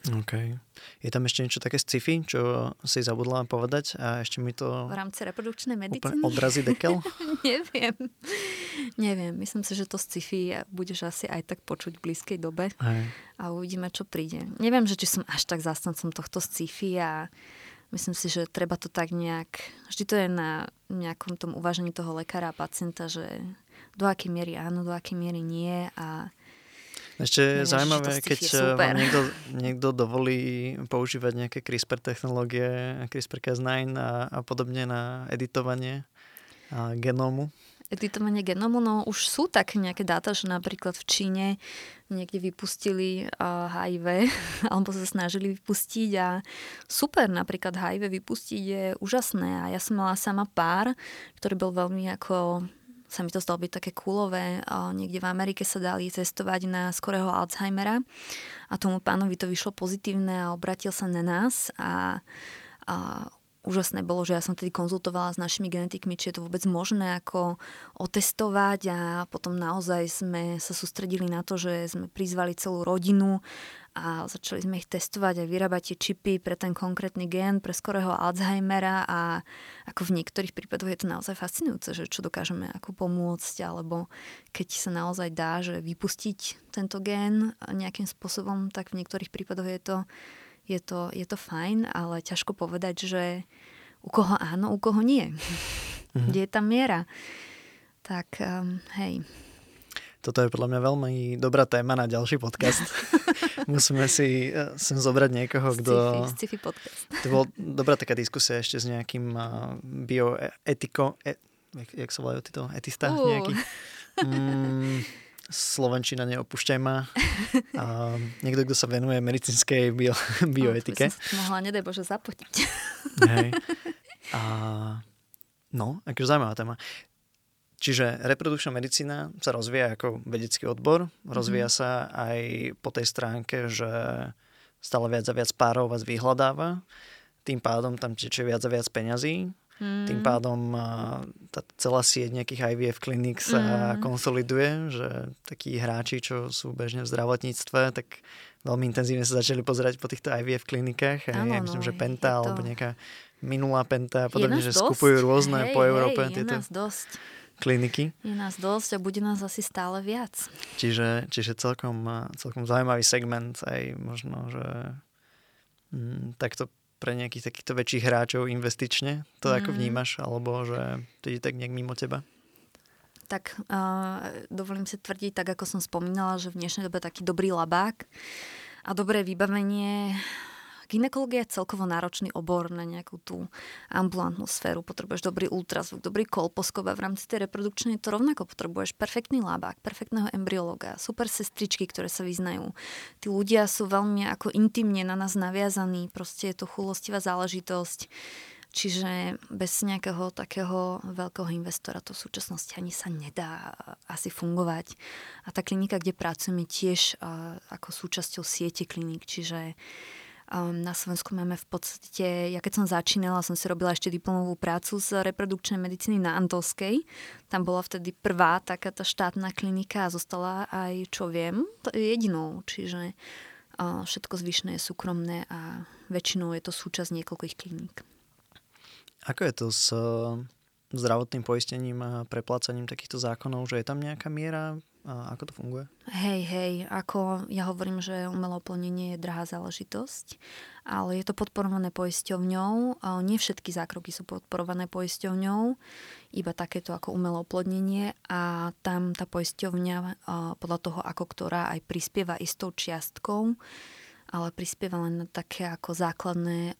OK. Je tam ešte niečo také sci-fi, čo si zabudla povedať a ešte mi to
v rámci reprodukčnej medicíny?
úplne odrazí dekel?
Neviem. Myslím si, že to sci-fi budeš asi aj tak počuť v blízkej dobe.
Hej.
A uvidíme, čo príde. Neviem, že či som až tak zástancom tohto sci-fi a myslím si, že treba to tak nejak... Vždy to je na nejakom tom uvážení toho lekára a pacienta, že do akej miery áno, do akej miery nie a
ešte je zaujímavé, keď vám niekto dovolí používať nejaké CRISPR technológie, CRISPR-Cas9 a podobne na editovanie genómu.
Editovanie genómu, no už sú tak nejaké dáta, že napríklad v Číne niekde vypustili HIV, alebo sa snažili vypustiť a super, napríklad HIV vypustiť je úžasné a ja som mala sama pár, ktorý bol veľmi ako... sa mi to zdalo byť také coolové. Niekde v Amerike sa dali testovať na skorého Alzheimera a tomu pánovi to vyšlo pozitívne a obratil sa na nás a úžasné bolo, že ja som tedy konzultovala s našimi genetikmi, či je to vôbec možné ako otestovať a potom naozaj sme sa sústredili na to, že sme prizvali celú rodinu a začali sme ich testovať a vyrábať tie čipy pre ten konkrétny gén, pre skorého Alzheimera a ako v niektorých prípadoch je to naozaj fascinujúce, že čo dokážeme ako pomôcť, alebo keď sa naozaj dá, že vypustiť tento gén nejakým spôsobom, tak v niektorých prípadoch je to fajn, ale ťažko povedať, že u koho áno, u koho nie. Kde je tá miera? Tak hej.
Toto je podľa mňa veľmi dobrá téma na ďalší podcast. Musíme si sem zobrať niekoho, kto...
Sci-fi podcast.
To bola dobrá taká diskusia ešte s nejakým bioetiko... Jak sa volajú títo? Etista nejaký? Slovenčina, neopúšťaj ma. Niekto, kto sa venuje medicínskej bioetike.
To by som mohla, nedaj Bože, zapotiť.
Hej. No, akože zaujímavá téma. Čiže reprodukčná medicína sa rozvíja ako vedecký odbor. Rozvíja sa aj po tej stránke, že stále viac a viac párov vás vyhľadáva. Tým pádom tam tečie viac a viac peňazí. Tým pádom tá celá sieť nejakých IVF kliník sa konsoliduje, že takí hráči, čo sú bežne v zdravotníctve, tak veľmi intenzívne sa začali pozerať po týchto IVF klinikách. Ja myslím, že Penta alebo nejaká minulá Penta a podobne, že skupujú rôzne po Európe tieto kliniky.
Je nás dosť a bude nás asi stále viac.
Čiže celkom zaujímavý segment aj možno, že takto pre nejakých takýchto väčších hráčov investične. To ako vnímaš? Alebo že to ide tak nejak mimo teba?
Tak dovolím si tvrdiť, tak ako som spomínala, že v dnešnej dobe taký dobrý labák a dobré vybavenie. Gynekológia je celkovo náročný obor na nejakú tú ambulantnú sféru. Potrebuješ dobrý ultrazvuk, dobrý kolposkop a v rámci tej reprodukčnej to rovnako potrebuješ perfektný labák, perfektného embryologa, super sestričky, ktoré sa vyznajú. Tí ľudia sú veľmi ako intimne na nás naviazaní, proste je to chulostivá záležitosť. Čiže bez nejakého takého veľkého investora to v súčasnosti ani sa nedá asi fungovať. A tá klinika, kde pracujeme, tiež ako súčasťou siete kliník, čiže na Slovensku máme v podstate, ja keď som začínala, som si robila ešte diplomovú prácu z reprodukčnej medicíny na Antolskej. Tam bola vtedy prvá taká tá štátna klinika a zostala aj, čo viem, jedinou. Čiže všetko zvyšné je súkromné a väčšinou je to súčasť niekoľkých kliník.
Ako je to s zdravotným poistením a preplácaním takýchto zákonov, že je tam nejaká miera? A ako to funguje?
Hej, ako ja hovorím, že umelé oplodnenie je drahá záležitosť, ale je to podporované poisťovňou. Nie všetky zákroky sú podporované poisťovňou, iba takéto ako umelé oplodnenie a tam tá poisťovňa podľa toho, ako ktorá aj prispieva istou čiastkou, ale prispieva len na také ako základné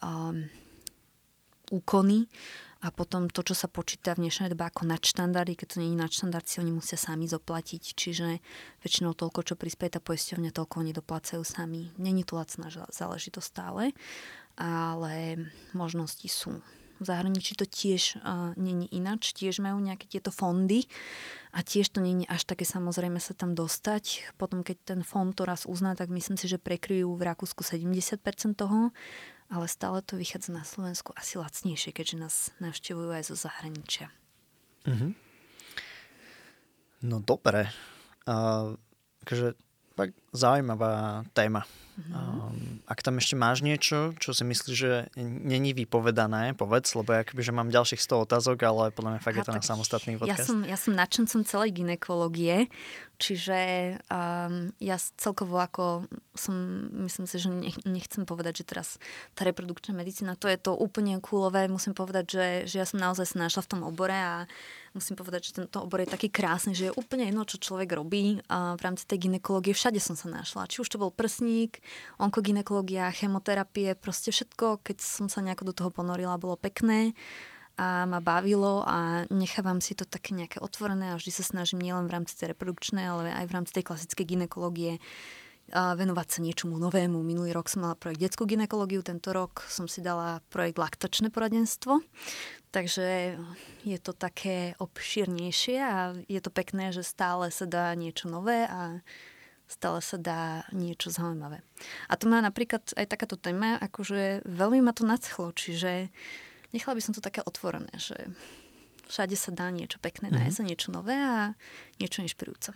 úkony. A potom to, čo sa počíta v dnešnej dobe ako nadštandardy, keď to nie je nadštandard, si oni musia sami zoplatiť. Čiže väčšinou toľko, čo prispieje tá poisťovňa, toľko oni doplácajú sami. Není to lacná záležitosť stále, ale možnosti sú. V zahraničí to tiež není inač, tiež majú nejaké tieto fondy a tiež to není až také samozrejme sa tam dostať. Potom, keď ten fond to raz uzná, tak myslím si, že prekryjú v Rakúsku 70% toho, ale stále to vychádza na Slovensku asi lacnejšie, keďže nás navštevujú aj zo zahraničia.
No dobre. Takže Tak zaujímavá téma. Ak tam ešte máš niečo, čo si myslíš, že není vypovedané, povedz, lebo akoby, že mám ďalších 100 otázok, ale podľa mňa fakt je to na samostatný podcast.
Ja som nadšencom celej gynekológie, čiže ja celkovo ako myslím si, že nechcem povedať, že teraz tá reprodukčná medicína, to je to úplne coolové, musím povedať, že ja som naozaj sa našla v tom obore a musím povedať, že tento obor je taký krásny, že je úplne jedno, čo človek robí v rámci tej gynekológie. Všade som sa našla. Či už to bol prsník, onkogynekológia, chemoterapie, proste všetko, keď som sa nejako do toho ponorila, bolo pekné a ma bavilo a nechávam si to také nejaké otvorené a vždy sa snažím nielen v rámci tej reprodukčnej, ale aj v rámci tej klasickej gynekológie venovať sa niečomu novému. Minulý rok som mala projekt detskú gynekológiu, tento rok som si dala projekt laktačné poradenstvo. Takže je to také obširnejšie a je to pekné, že stále sa dá niečo nové a stále sa dá niečo zaujímavé. A to má napríklad aj takáto téma, akože veľmi ma to nadchlo, čiže nechala by som to také otvorené, že všade sa dá niečo pekné, nájsť sa niečo nové a niečo inšpirujúce.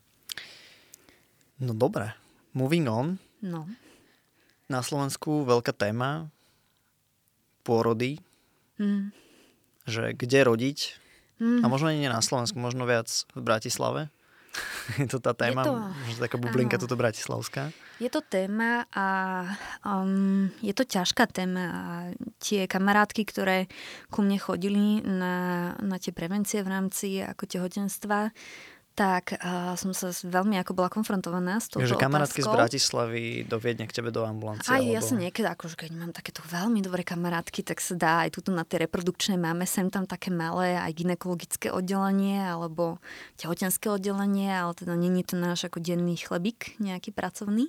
No dobré. Moving on.
No.
Na Slovensku veľká téma pôrody. Že kde rodiť. A možno nie na Slovensku, možno viac v Bratislave. Je to tá téma, možno taká bublinka tuto bratislavská.
Je to téma a je to ťažká téma a tie kamarátky, ktoré ku mne chodili na tie prevencie v rámci ako tehotenstva, tak som sa veľmi ako bola konfrontovaná s touto otázkou.
Takže kamarátky z Bratislavy do Viedne k tebe do ambulancie?
Aj ja sa niekedy, akože keď mám takéto veľmi dobré kamarátky, tak sa dá aj tuto na tej reprodukčnej máme sem tam také malé aj gynekologické oddelenie alebo tehotenské oddelenie, ale teda nie je to náš ako denný chlebík nejaký pracovný.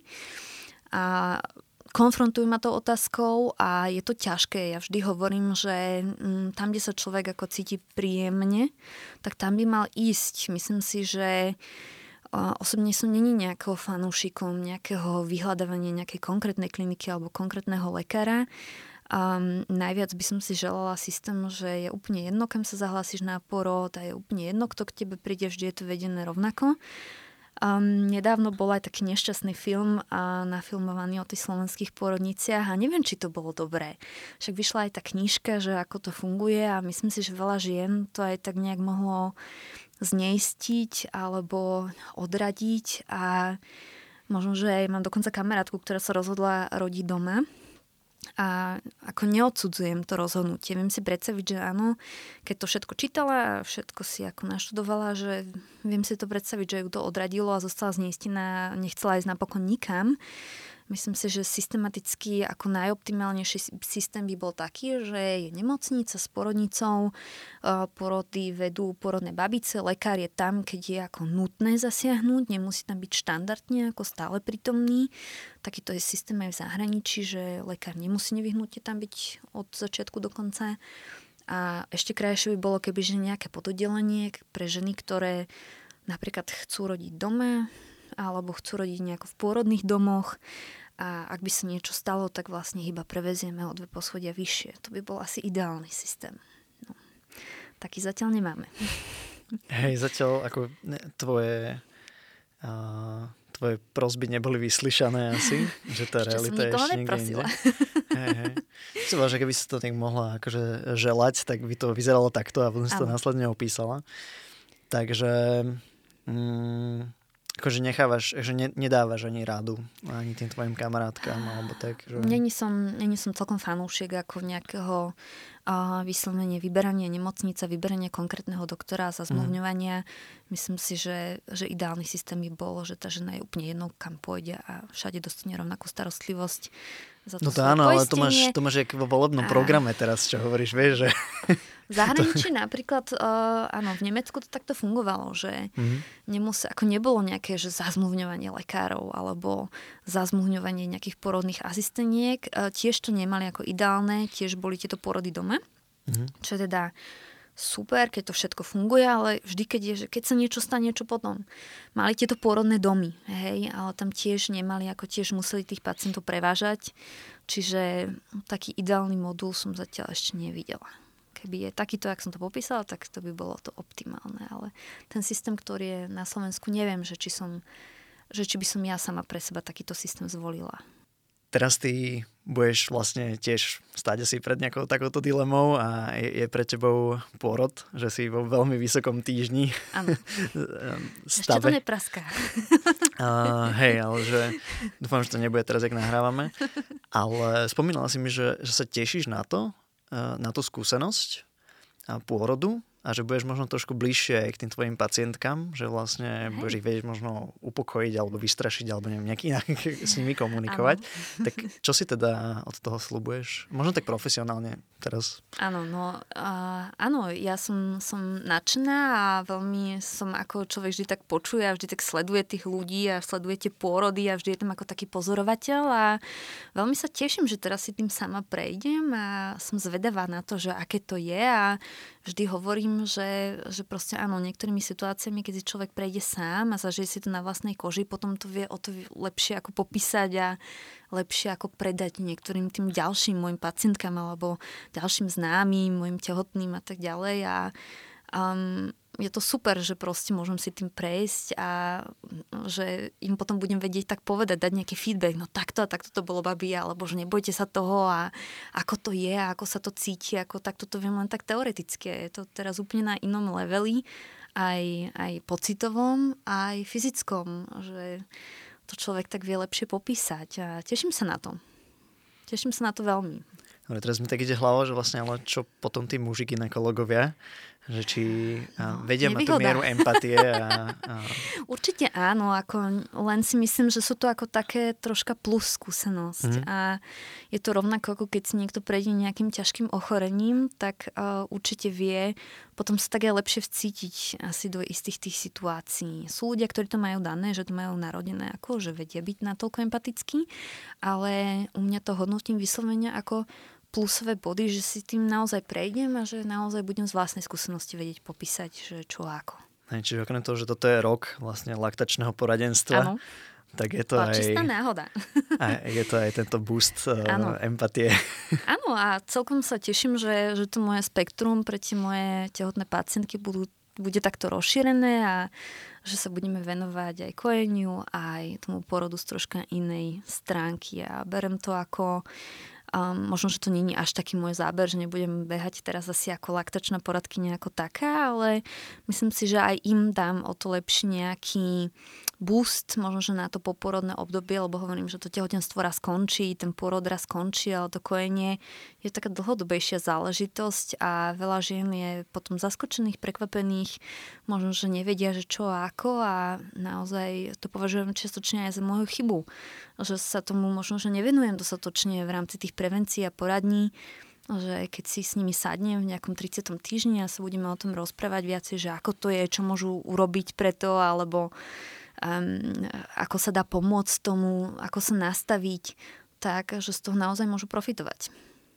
A konfrontujú ma tou otázkou a je to ťažké. Ja vždy hovorím, že tam, kde sa človek ako cíti príjemne, tak tam by mal ísť. Myslím si, že osobne som není nejakou fanúšikom nejakého vyhľadávania nejakej konkrétnej kliniky alebo konkrétneho lekára. Najviac by som si želala systém, že je úplne jedno, kam sa zahlásiš na porod a je úplne jedno, kto k tebe príde, vždy je to vedené rovnako. Nedávno bol aj taký nešťastný film nafilmovaný o tých slovenských pôrodniciach a neviem, či to bolo dobré. Však vyšla aj tá knižka, že ako to funguje a myslím si, že veľa žien to aj tak nejak mohlo zneistiť alebo odradiť a možno, že aj mám dokonca kamarátku, ktorá sa rozhodla rodiť doma. A ako neodsudzujem to rozhodnutie. Viem si predstaviť, že áno, keď to všetko čítala a všetko si ako naštudovala, že viem si to predstaviť, že ju to odradilo a zostala zneistená, nechcela ísť napokon nikam. Myslím si, že systematicky ako najoptimálnejší systém by bol taký, že je nemocnica s porodnicou, porody vedú porodné babice, lekár je tam, keď je ako nutné zasiahnuť, nemusí tam byť štandardne ako stále prítomný. Takýto je systém aj v zahraničí, že lekár nemusí nevyhnutne tam byť od začiatku do konca. A ešte krajšie by bolo, keby že nejaké pododdelenie pre ženy, ktoré napríklad chcú rodiť doma, alebo chcú rodiť nejako v pôrodných domoch a ak by sa niečo stalo, tak vlastne iba prevezieme o 2 poschodia vyššie. To by bol asi ideálny systém. No, taký zatiaľ nemáme.
Hej, zatiaľ ako tvoje prosby neboli vyslyšané asi, že tá realita je ešte niekde inde. Hej. Chcela, že keby si to tak mohla akože želať, tak by to vyzeralo takto a potom si to následne opísala. Takže akože nechávaš, že nedávaš ani rádu ani tým tvojim kamarátkám alebo tak. Že...
Není som celkom fanúšik ako nejakého vyslovene vyberania nemocnice, vyberania konkrétneho doktora a zazmluvňovania. Myslím si, že ideálny systém by bolo, že tá žena je úplne jedno, kam pôjde a všade dostane rovnakú starostlivosť.
No to áno, ale to máš jak vo volebnom programe teraz, čo hovoríš, vieš, že...
V zahraničí napríklad, áno, v Nemecku to takto fungovalo, že ako nebolo nejaké že zazmluvňovanie lekárov alebo zazmluvňovanie nejakých porodných asisteniek. Tiež to nemali ako ideálne, tiež boli tieto porody doma, čo je teda super, keď to všetko funguje, ale vždy, keď sa niečo stane, čo potom. Mali tieto pôrodné domy, hej, ale tam tiež nemali, ako tiež museli tých pacientov prevážať, čiže taký ideálny modul som zatiaľ ešte nevidela. Keby je takýto, jak som to popísala, tak to by bolo to optimálne, ale ten systém, ktorý je na Slovensku, neviem, že či som že či by som ja sama pre seba takýto systém zvolila.
Teraz ty budeš vlastne tiež stáť asi pred nejakou takouto dilemou a je pre tebou pôrod, že si vo veľmi vysokom týždni.
Áno.
Stave.
Ešte to nepraská.
Hej, ale že dúfam, že to nebude teraz, jak nahrávame. Ale spomínala si mi, že sa tešíš na to, na tú skúsenosť a pôrodu a že budeš možno trošku bližšie aj k tým tvojim pacientkám, že vlastne budeš ich vedieť možno upokojiť alebo vystrašiť alebo neviem, nejaký inak s nimi komunikovať. Tak čo si teda od toho sľubuješ? Možno tak profesionálne teraz.
Áno, áno, ja som nadšená a veľmi som ako človek vždy tak počuje a vždy tak sleduje tých ľudí a sleduje tie pôrody a vždy je tam ako taký pozorovateľ a veľmi sa teším, že teraz si tým sama prejdem a som zvedavá na to, že aké to je a vždy hovorím, že proste áno, niektorými situáciami, keď si človek prejde sám a zažije si to na vlastnej koži, potom to vie o to lepšie ako popísať a lepšie ako predať niektorým tým ďalším môjim pacientkám alebo ďalším známym, môjim tehotným a tak ďalej a je to super, že proste môžem si tým prejsť a že im potom budem vedieť tak povedať, dať nejaký feedback, no takto a takto to bolo, babi, alebo že nebojte sa toho a ako to je, ako sa to cíti, ako takto to viem len tak teoreticky. Je to teraz úplne na inom leveli, aj pocitovom, aj fyzickom, že to človek tak vie lepšie popísať a teším sa na to. Teším sa na to veľmi.
Dobre, teraz mi tak ide hlava, že vlastne ale čo potom tí muži gynekologovia, že či vedia mať tú mieru empatie.
Určite áno, len si myslím, že sú to ako také troška plus skúsenosť. A je to rovnako, ako keď si niekto prejde nejakým ťažkým ochorením, tak určite vie potom sa tak aj lepšie vcítiť asi do istých tých situácií. Sú ľudia, ktorí to majú dané, že to majú narodené ako, že vedia byť natoľko empatickí, ale u mňa to hodnotím vyslovene ako plusové body, že si tým naozaj prejdem a že naozaj budem z vlastnej skúsenosti vedieť popísať, že čo ako.
Čiže okrem toho, že toto je rok vlastne laktačného poradenstva, tak je to aj
čistá náhoda.
Je to aj tento boost empatie.
Áno a celkom sa teším, že to moje spektrum pre tie moje tehotné pacientky bude takto rozšírené a že sa budeme venovať aj kojeniu, aj tomu porodu z troška inej stránky a berem to ako možno, že to nie je až taký môj záber, že nebudem behať teraz asi ako laktačná poradkyňa ako taká, ale myslím si, že aj im dám o to lepší nejaký boost, možno, že na to poporodné obdobie, lebo hovorím, že to tehotenstvo raz končí, ten porod raz končí, ale to kojenie je taká dlhodobejšia záležitosť a veľa žien je potom zaskočených, prekvapených, možno, že nevedia, že čo a ako a naozaj to považujem čiastočne aj za moju chybu, že sa tomu možno, že nevenujem dostatočne v rámci tých prevencií a poradní, že keď si s nimi sadnem v nejakom 30. týždni a sa budeme o tom rozprávať viacej, že ako to je, čo môžu urobiť preto, alebo ako sa dá pomôcť tomu, ako sa nastaviť, tak, že z toho naozaj môžu profitovať.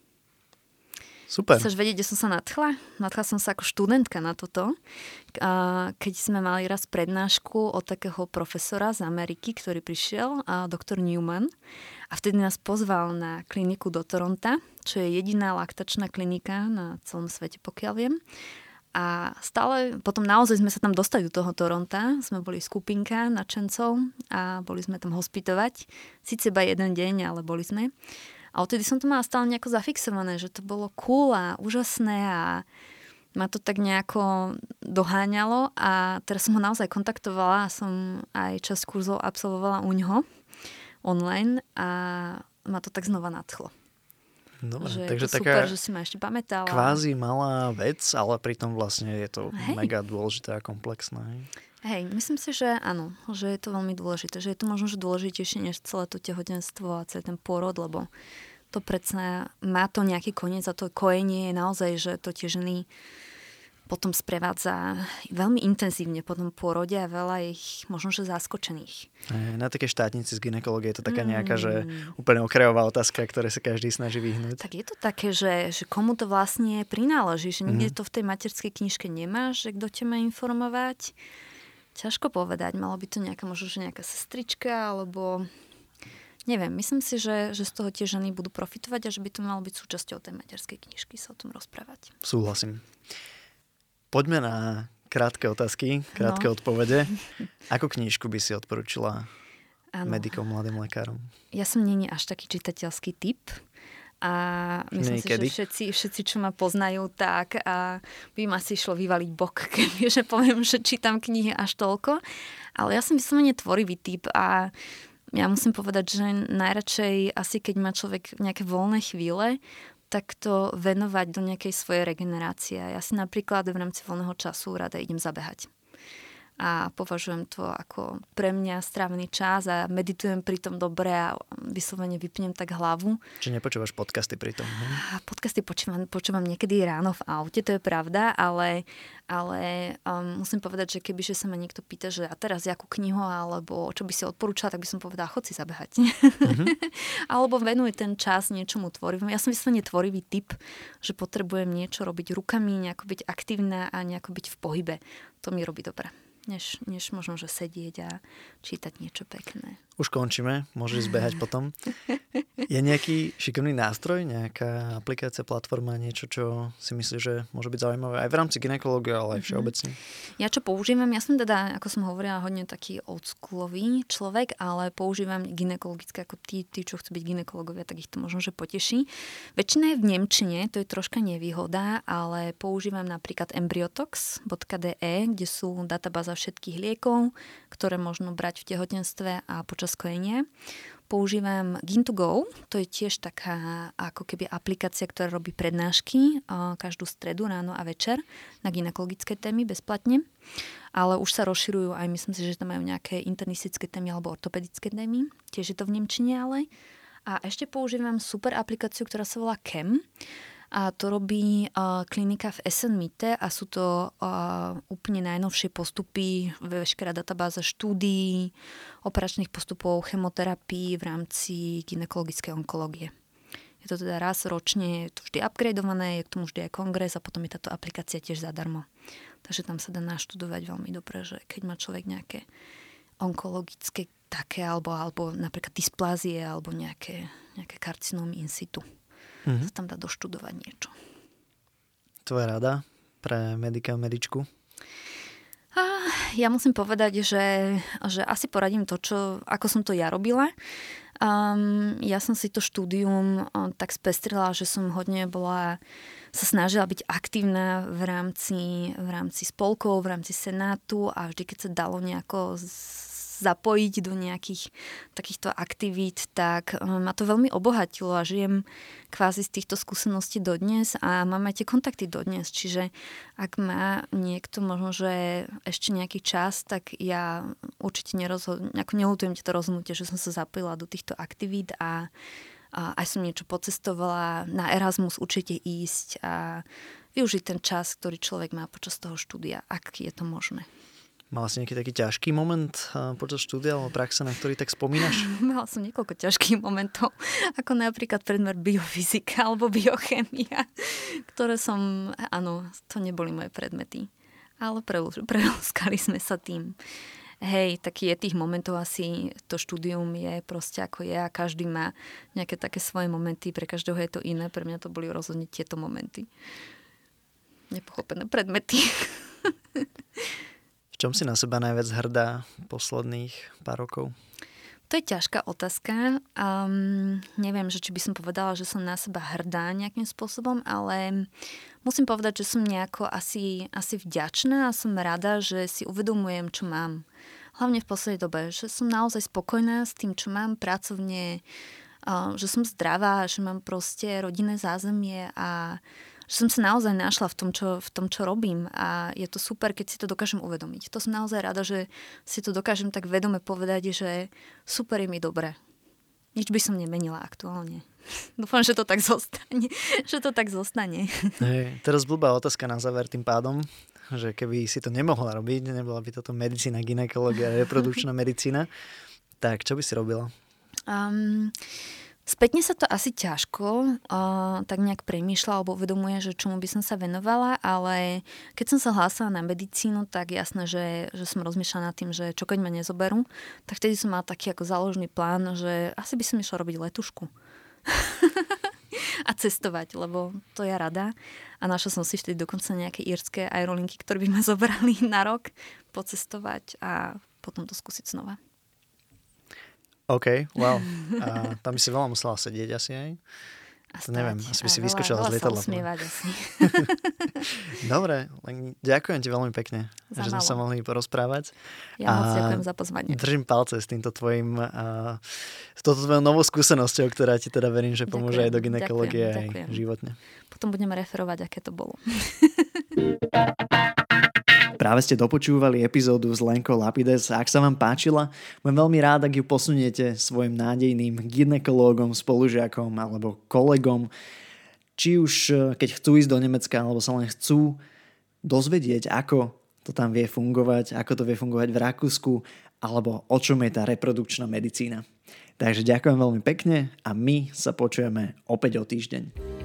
Super.
Chceš vedieť, kde som sa nadchla? Nadchla som sa ako študentka na toto. Keď sme mali raz prednášku od takého profesora z Ameriky, ktorý prišiel, doktor Newman. A vtedy nás pozval na kliniku do Toronta, čo je jediná laktačná klinika na celom svete, pokiaľ viem. A stále, potom naozaj sme sa tam dostali do toho Toronta, sme boli skupinka nadšencov a boli sme tam hospitovať. Sice iba jeden deň, ale boli sme. A odtedy som to mala stále nejako zafixované, že to bolo cool a úžasné a ma to tak nejako doháňalo a teraz som ho naozaj kontaktovala a som aj časť kurzov absolvovala u ňoho online a ma to tak znova nadchlo.
Dobre,
že
takže
je to super, že si ma ešte pamätala.
Kvázi malá vec, ale pritom vlastne je to mega dôležité a komplexné.
Hej, myslím si, že áno, že je to veľmi dôležité, že je to možno že dôležitejšie než celé to tehotenstvo a celý ten pôrod, lebo to predsa má to nejaký koniec a to kojenie je naozaj, že to tie ženy potom sprevádza veľmi intenzívne po tom pôrode a veľa ich možno, že zaskočených.
Na také štátnici z gynekológie je to taká nejaká, že úplne okrajová otázka, ktoré sa každý snaží vyhnúť.
Tak je to také, že komu to vlastne prináleží, že nikde to v tej materskej knižke nemáš, že kto ťa má informovať. Ťažko povedať, malo by to možno, že nejaká sestrička, alebo neviem, myslím si, že z toho tie ženy budú profitovať a že by to malo byť súčasťou tej materskej knižky sa o tom rozprávať.
Súhlasím. Poďme na krátke otázky, krátke odpovede. Akú knižku by si odporúčila medikom, mladým lekárom?
Ja som nie až taký čitateľský typ. A myslím si, že všetci, čo ma poznajú, tak by ma si šlo vyvaliť bok, kebyže poviem, že čítam knihy až toľko. Ale ja som vyslovene tvorivý typ a ja musím povedať, že najradšej asi keď má človek nejaké voľné chvíle, tak to venovať do nejakej svojej regenerácie. Ja si napríklad v rámci voľného času rada idem zabehať. A považujem to ako pre mňa strávený čas a meditujem pri tom dobre a vyslovene vypnem tak hlavu.
Čiže nepočúvaš podcasty pri tom?
Podcasty počúvam niekedy ráno v aute, to je pravda, ale musím povedať, že kebyže sa ma niekto pýta, že a teraz jakú knihu alebo čo by si odporúčala, tak by som povedala, chod si zabehať. Alebo venuj ten čas niečomu tvorivému. Ja som vyslovene tvorivý typ, že potrebujem niečo robiť rukami, nejako byť aktívna a nejako byť v pohybe. To mi robí dobre. Než možno, že sedieť a čítať niečo pekné.
Už končíme, môžeš zbehať potom. Je nejaký šikovný nástroj, nejaká aplikácia, platforma, niečo, čo si myslíš, že môže byť zaujímavé aj v rámci gynekológie, ale aj všeobecne?
Ja čo používam, ja som teda, ako som hovorila, hodne taký oldschoolový človek, ale používam gynekologické, ako tí, čo chcú byť gynekológovia, tak ich to možno, že poteší. Väčšina je v nemčine, to je troška nevýhoda, ale používam napríklad embryotox.de, kde sú databáza všetkých liekov, ktoré možno brať v tehotenstve a počas kojenia. Používam Gyn2Go, to je tiež taká ako keby aplikácia, ktorá robí prednášky každú stredu, ráno a večer na gynekologické témy bezplatne. Ale už sa rozširujú aj, myslím si, že tam majú nejaké internistické témy alebo ortopedické témy. Tiež je to v nemčine ale. A ešte používam super aplikáciu, ktorá sa volá KEM. A to robí klinika v Essen-Mitte a sú to úplne najnovšie postupy, veškerá databáza štúdií, operačných postupov, chemoterapii v rámci gynekologickej onkológie. Je to teda raz ročne, je to vždy upgradeované, je k tomu vždy aj kongres a potom je táto aplikácia tiež zadarmo. Takže tam sa dá naštudovať veľmi dobre, že keď má človek nejaké onkologické také alebo napríklad dysplázie alebo nejaké karcinómy in situ. Sa tam dá doštudovať niečo.
Tvoja rada pre medika, medičku?
Ja musím povedať, že asi poradím to, ako som to ja robila. Ja som si to štúdium tak spestrila, že som hodne sa snažila byť aktívna v rámci spolkov, v rámci senátu a vždy, keď sa dalo nejako zapojiť do nejakých takýchto aktivít, tak ma to veľmi obohatilo a žijem kvázi z týchto skúseností dodnes a mám aj tie kontakty dodnes. Čiže ak má niekto možno, že ešte nejaký čas, tak ja určite neľutujem to rozhodnutie, že som sa zapojila do týchto aktivít a aj som niečo pocestovala, na Erasmus určite ísť a využiť ten čas, ktorý človek má počas toho štúdia, ak je to možné.
Mala si nejaký taký ťažký moment počas štúdia alebo praxe, na ktorý tak spomínaš?
Mala som niekoľko ťažkých momentov, ako napríklad predmet biofyzika alebo biochémia, ktoré to neboli moje predmety. Ale prelúskali sme sa tým. Hej, taký je tých momentov asi, to štúdium je proste ako je a každý má nejaké také svoje momenty, pre každého je to iné, pre mňa to boli rozhodne tieto momenty. Nepochopené predmety.
V čom si na seba najviac hrdá posledných pár rokov?
To je ťažká otázka. Neviem, či by som povedala, že som na seba hrdá nejakým spôsobom, ale musím povedať, že som nejako asi vďačná a som rada, že si uvedomujem, čo mám. Hlavne v poslednej dobe, že som naozaj spokojná s tým, čo mám pracovne, že som zdravá, že mám proste rodinné zázemie a že som sa naozaj našla v tom, čo robím a je to super, keď si to dokážem uvedomiť. To som naozaj rada, že si to dokážem tak vedome povedať, že super je mi dobre. Nič by som nemenila aktuálne. Dúfam, že to tak zostane.
Hej, teraz blbá otázka na záver tým pádom, že keby si to nemohla robiť, nebola by toto medicína, gynekológia, reprodukčná medicína, tak čo by si robila?
Spätne sa to asi ťažko tak nejak premýšľa alebo uvedomuje, že čomu by som sa venovala, ale keď som sa hlásila na medicínu, tak jasné, že som rozmýšľala nad tým, že čo keď ma nezoberú, tak vtedy som mala taký ako záložný plán, že asi by som išla robiť letušku. a cestovať, lebo to ja rada. A našla som si vtedy dokonca nejaké írske aerolinky, ktoré by ma zobrali na rok pocestovať a potom to skúsiť znova.
OK, wow. A tam by si veľa musela sedieť asi aj? To neviem, asi by si vyskočila z lietadla.
Veľa sa usmievať asi.
Dobre, ďakujem ti veľmi pekne, že sme sa mohli porozprávať.
Ja moc ďakujem za pozvanie.
Držím palce s týmto tvojim, s touto tvojou novou skúsenosťou, ktorá ti teda verím, že pomôže aj do gynekológie aj životne.
Potom budeme referovať, aké to bolo.
Práve ste dopočúvali epizódu s Lenkou Lapides a ak sa vám páčila, budem veľmi rád, ak ju posuniete svojim nádejným gynekológom, spolužiakom alebo kolegom, či už keď chcú ísť do Nemecka alebo sa len chcú dozvedieť, ako to tam vie fungovať, ako to vie fungovať v Rakúsku alebo o čom je tá reprodukčná medicína. Takže ďakujem veľmi pekne a my sa počujeme opäť o týždeň.